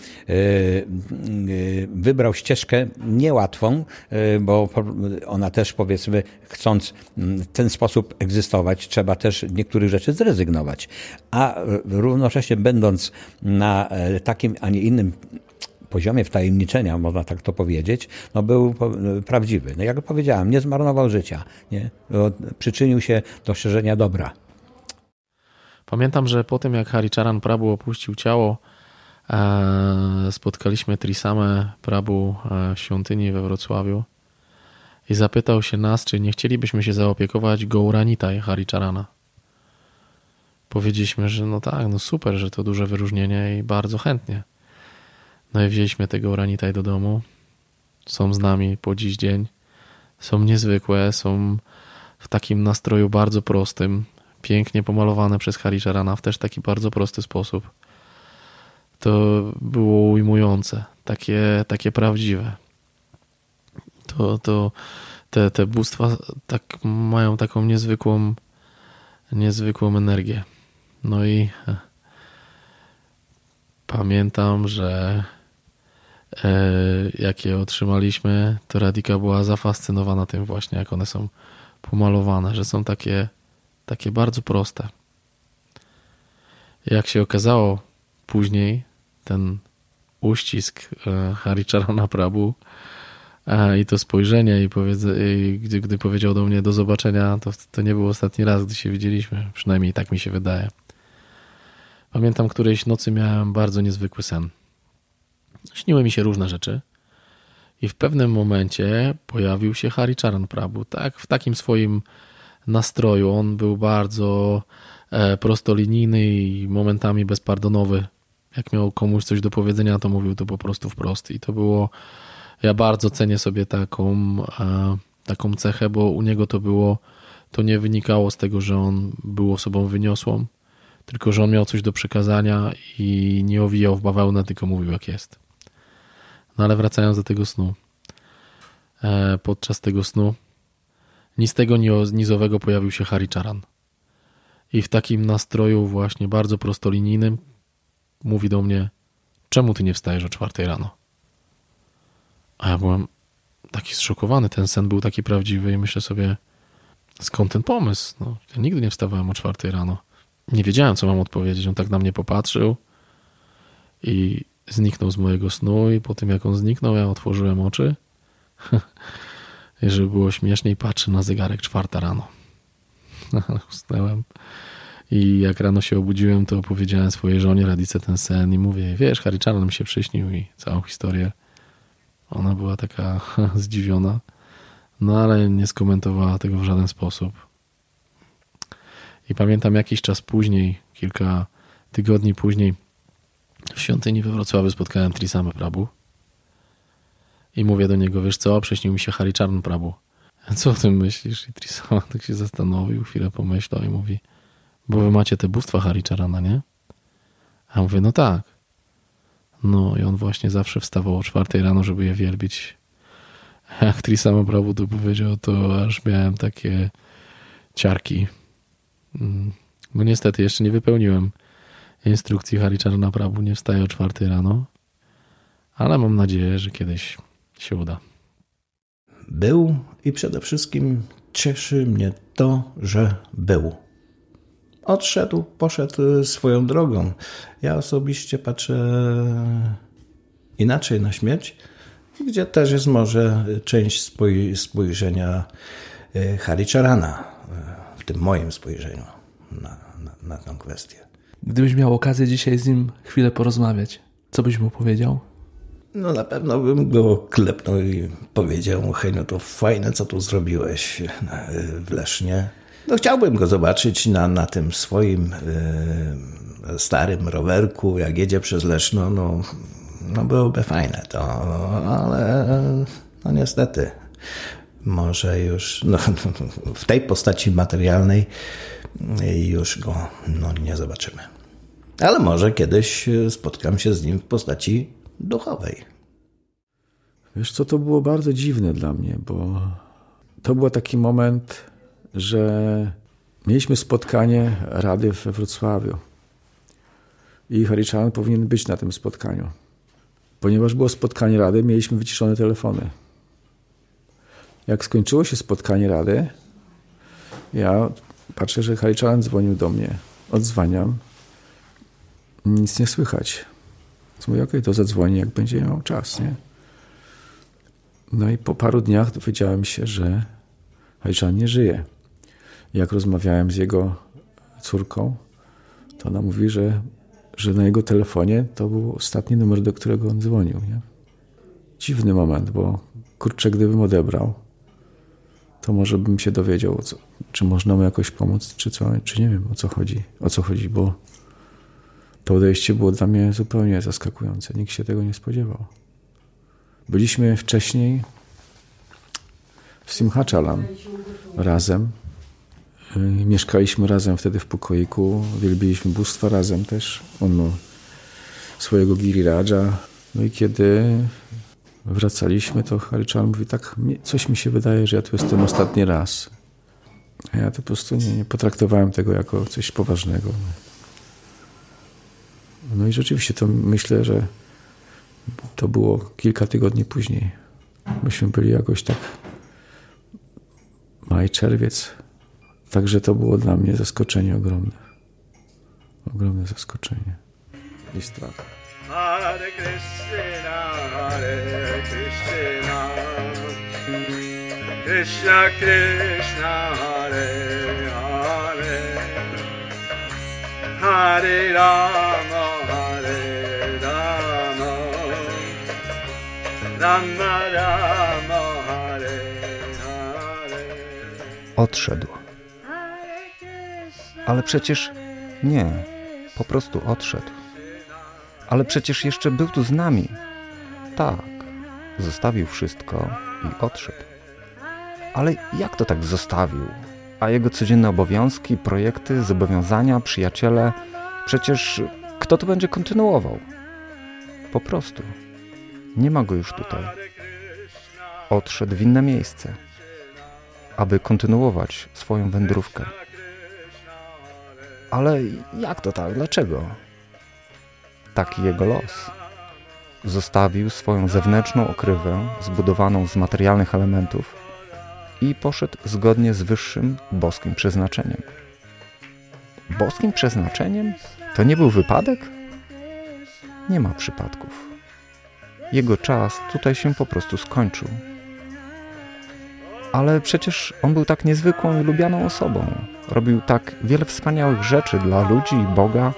wybrał ścieżkę niełatwą, bo ona też, powiedzmy, chcąc w ten sposób egzystować, trzeba też niektórych rzeczy zrezygnować. A równocześnie będąc na takim, a nie innym poziomie wtajemniczenia, można tak to powiedzieć, no był prawdziwy. No jak powiedziałem, nie zmarnował życia, nie? Przyczynił się do szerzenia dobra. Pamiętam, że po tym jak Haricharan Prabhu opuścił ciało, spotkaliśmy Trisamę Prabhu w świątyni we Wrocławiu i zapytał się nas, czy nie chcielibyśmy się zaopiekować Gauranitai Haricharana. Powiedzieliśmy, że no tak, no super, że to duże wyróżnienie i bardzo chętnie. No i wzięliśmy tego Gauranitai do domu. Są z nami po dziś dzień. Są niezwykłe, są w takim nastroju bardzo prostym, pięknie pomalowane przez Haricharana w też taki bardzo prosty sposób. To było ujmujące, takie prawdziwe. Te bóstwa tak mają taką niezwykłą energię. No i pamiętam, że jak je otrzymaliśmy, to Radhika była zafascynowana tym właśnie, jak one są pomalowane, że są takie bardzo proste. Jak się okazało później, ten uścisk Haricharana Prabhu i to spojrzenie i gdy powiedział do mnie do zobaczenia, to nie był ostatni raz, gdy się widzieliśmy, przynajmniej tak mi się wydaje. Pamiętam, którejś nocy miałem bardzo niezwykły sen. Śniły mi się różne rzeczy i w pewnym momencie pojawił się Haricharan Prabhu. Tak, w takim swoim nastroju. On był bardzo prostolinijny i momentami bezpardonowy. Jak miał komuś coś do powiedzenia, to mówił to po prostu wprost. I to było... Ja bardzo cenię sobie taką cechę, bo u niego to nie wynikało z tego, że on był osobą wyniosłą, tylko że on miał coś do przekazania i nie owijał w bawełnę, tylko mówił jak jest. No ale wracając do tego snu. Podczas tego snu ni z tego, ni z owego pojawił się Haricharan. I w takim nastroju właśnie bardzo prostolinijnym mówi do mnie: czemu ty nie wstajesz o 4 rano? A ja byłem taki zszokowany. Ten sen był taki prawdziwy i myślę sobie, skąd ten pomysł? No, ja nigdy nie wstawałem o 4 rano. Nie wiedziałem, co mam odpowiedzieć. On tak na mnie popatrzył i zniknął z mojego snu i po tym, jak on zniknął, ja otworzyłem oczy. I żeby było śmieszniej, patrzę na zegarek 4 rano. Usnąłem. I jak rano się obudziłem, to opowiedziałem swojej żonie Radice ten sen i mówię: wiesz, Haricharan mi się przyśnił i całą historię. Ona była taka zdziwiona, no ale nie skomentowała tego w żaden sposób. I pamiętam jakiś czas później, kilka tygodni później, w świątyni we Wrocławiu spotkałem Trisamę Prabhu i mówię do niego: wiesz co, przyśnił mi się Haricharan Prabhu. Co o tym myślisz? I Trisama tak się zastanowił, chwilę pomyślał i mówi: bo wy macie te bóstwa Haricharana, nie? A ja mówię: no tak. No i on właśnie zawsze wstawał o 4 rano, żeby je wielbić. Jak Trisama Prabhu to powiedział, to aż miałem takie ciarki. No niestety jeszcze nie wypełniłem instrukcji Haricharana Prabhu, nie wstaję o 4 rano, ale mam nadzieję, że kiedyś się uda. Był i przede wszystkim cieszy mnie to, że był. Odszedł, poszedł swoją drogą. Ja osobiście patrzę inaczej na śmierć, gdzie też jest może część spojrzenia Haricharana, w tym moim spojrzeniu na tę kwestię. Gdybyś miał okazję dzisiaj z nim chwilę porozmawiać, co byś mu powiedział? No na pewno bym go klepnął i powiedział: Heniu, to fajne, co tu zrobiłeś w Lesznie. No chciałbym go zobaczyć na tym swoim starym rowerku, jak jedzie przez Leszno, no byłoby fajne to, ale no niestety może już w tej postaci materialnej i już go nie zobaczymy. Ale może kiedyś spotkam się z nim w postaci duchowej. Wiesz co, to było bardzo dziwne dla mnie, bo to był taki moment, że mieliśmy spotkanie Rady we Wrocławiu i Haritzaran powinien być na tym spotkaniu. Ponieważ było spotkanie Rady, mieliśmy wyciszone telefony. Jak skończyło się spotkanie Rady, ja patrzę, że Haritzaran dzwonił do mnie. Odzwaniam. Nic nie słychać. Mówię, okej, to zadzwoni, jak będzie miał czas, nie? No i po paru dniach dowiedziałem się, że Haritzaran nie żyje. Jak rozmawiałem z jego córką, to ona mówi, że na jego telefonie to był ostatni numer, do którego on dzwonił. Nie? Dziwny moment, bo kurczę, gdybym odebrał, to może bym się dowiedział, czy można mu jakoś pomóc, czy nie wiem, o co chodzi, bo to odejście było dla mnie zupełnie zaskakujące. Nikt się tego nie spodziewał. Byliśmy wcześniej w Simhachalam razem. Mieszkaliśmy razem wtedy w pokoiku. Wielbiliśmy bóstwa razem też. On miał swojego Giriraja. No i kiedy wracaliśmy, to Haritzaran mówi, tak, coś mi się wydaje, że ja tu jestem ostatni raz. A ja to po prostu nie potraktowałem tego jako coś poważnego. No i rzeczywiście to myślę, że to było kilka tygodni później. Myśmy byli jakoś tak maj, czerwiec. Także to było dla mnie zaskoczenie ogromne. Ogromne zaskoczenie i strach. Hare Krishna, Hare Krishna, Krishna Krishna, Hare Hare, Hare Rama, Hare Rama, Rama Rama, Hare Hare. Odszedł. Ale przecież nie, po prostu odszedł. Ale przecież jeszcze był tu z nami. Tak, zostawił wszystko i odszedł. Ale jak to tak zostawił? A jego codzienne obowiązki, projekty, zobowiązania, przyjaciele, przecież kto to będzie kontynuował? Po prostu. Nie ma go już tutaj. Odszedł w inne miejsce, aby kontynuować swoją wędrówkę. Ale jak to tak? Dlaczego? Taki jego los. Zostawił swoją zewnętrzną okrywę zbudowaną z materialnych elementów i poszedł zgodnie z wyższym boskim przeznaczeniem. Boskim przeznaczeniem? To nie był wypadek? Nie ma przypadków. Jego czas tutaj się po prostu skończył. Ale przecież on był tak niezwykłą i lubianą osobą. Robił tak wiele wspaniałych rzeczy dla ludzi i Boga.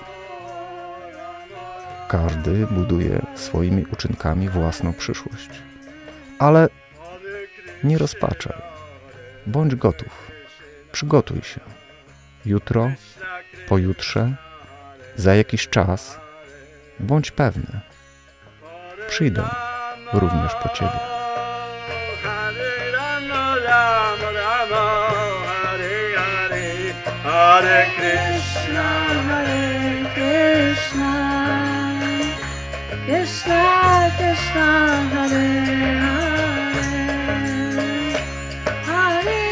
Każdy buduje swoimi uczynkami własną przyszłość. Ale nie rozpaczaj. Bądź gotów. Przygotuj się. Jutro, pojutrze, za jakiś czas, bądź pewny. Przyjdę również po ciebie. Hare Krishna, Hare Krishna, Krishna Krishna, Hare Hare, Hare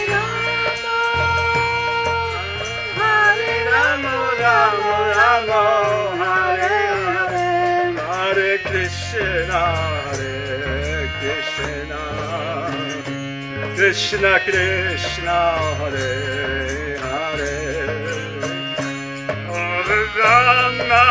Rama, Rama Rama, Hare Hare, Hare Krishna, Hare Krishna, Krishna Krishna, Hare Rama,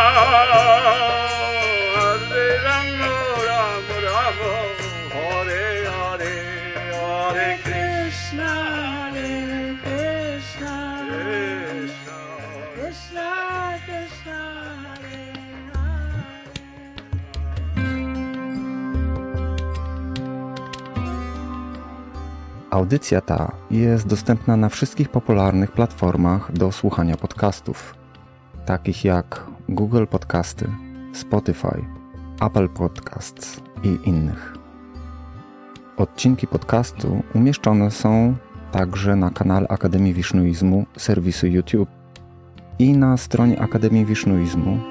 Hare Rama, Rama Rama, Hare Hare, Hare Krishna, Hare Krishna, Krishna Krishna, Hare Hare. Audycja ta jest dostępna na wszystkich popularnych platformach do słuchania podcastów, takich jak Google Podcasty, Spotify, Apple Podcasts i innych. Odcinki podcastu umieszczone są także na kanale Akademii Wisznuizmu serwisu YouTube i na stronie Akademii Wisznuizmu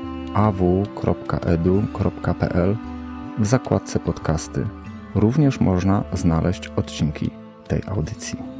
aw.edu.pl w zakładce podcasty również można znaleźć odcinki tej audycji.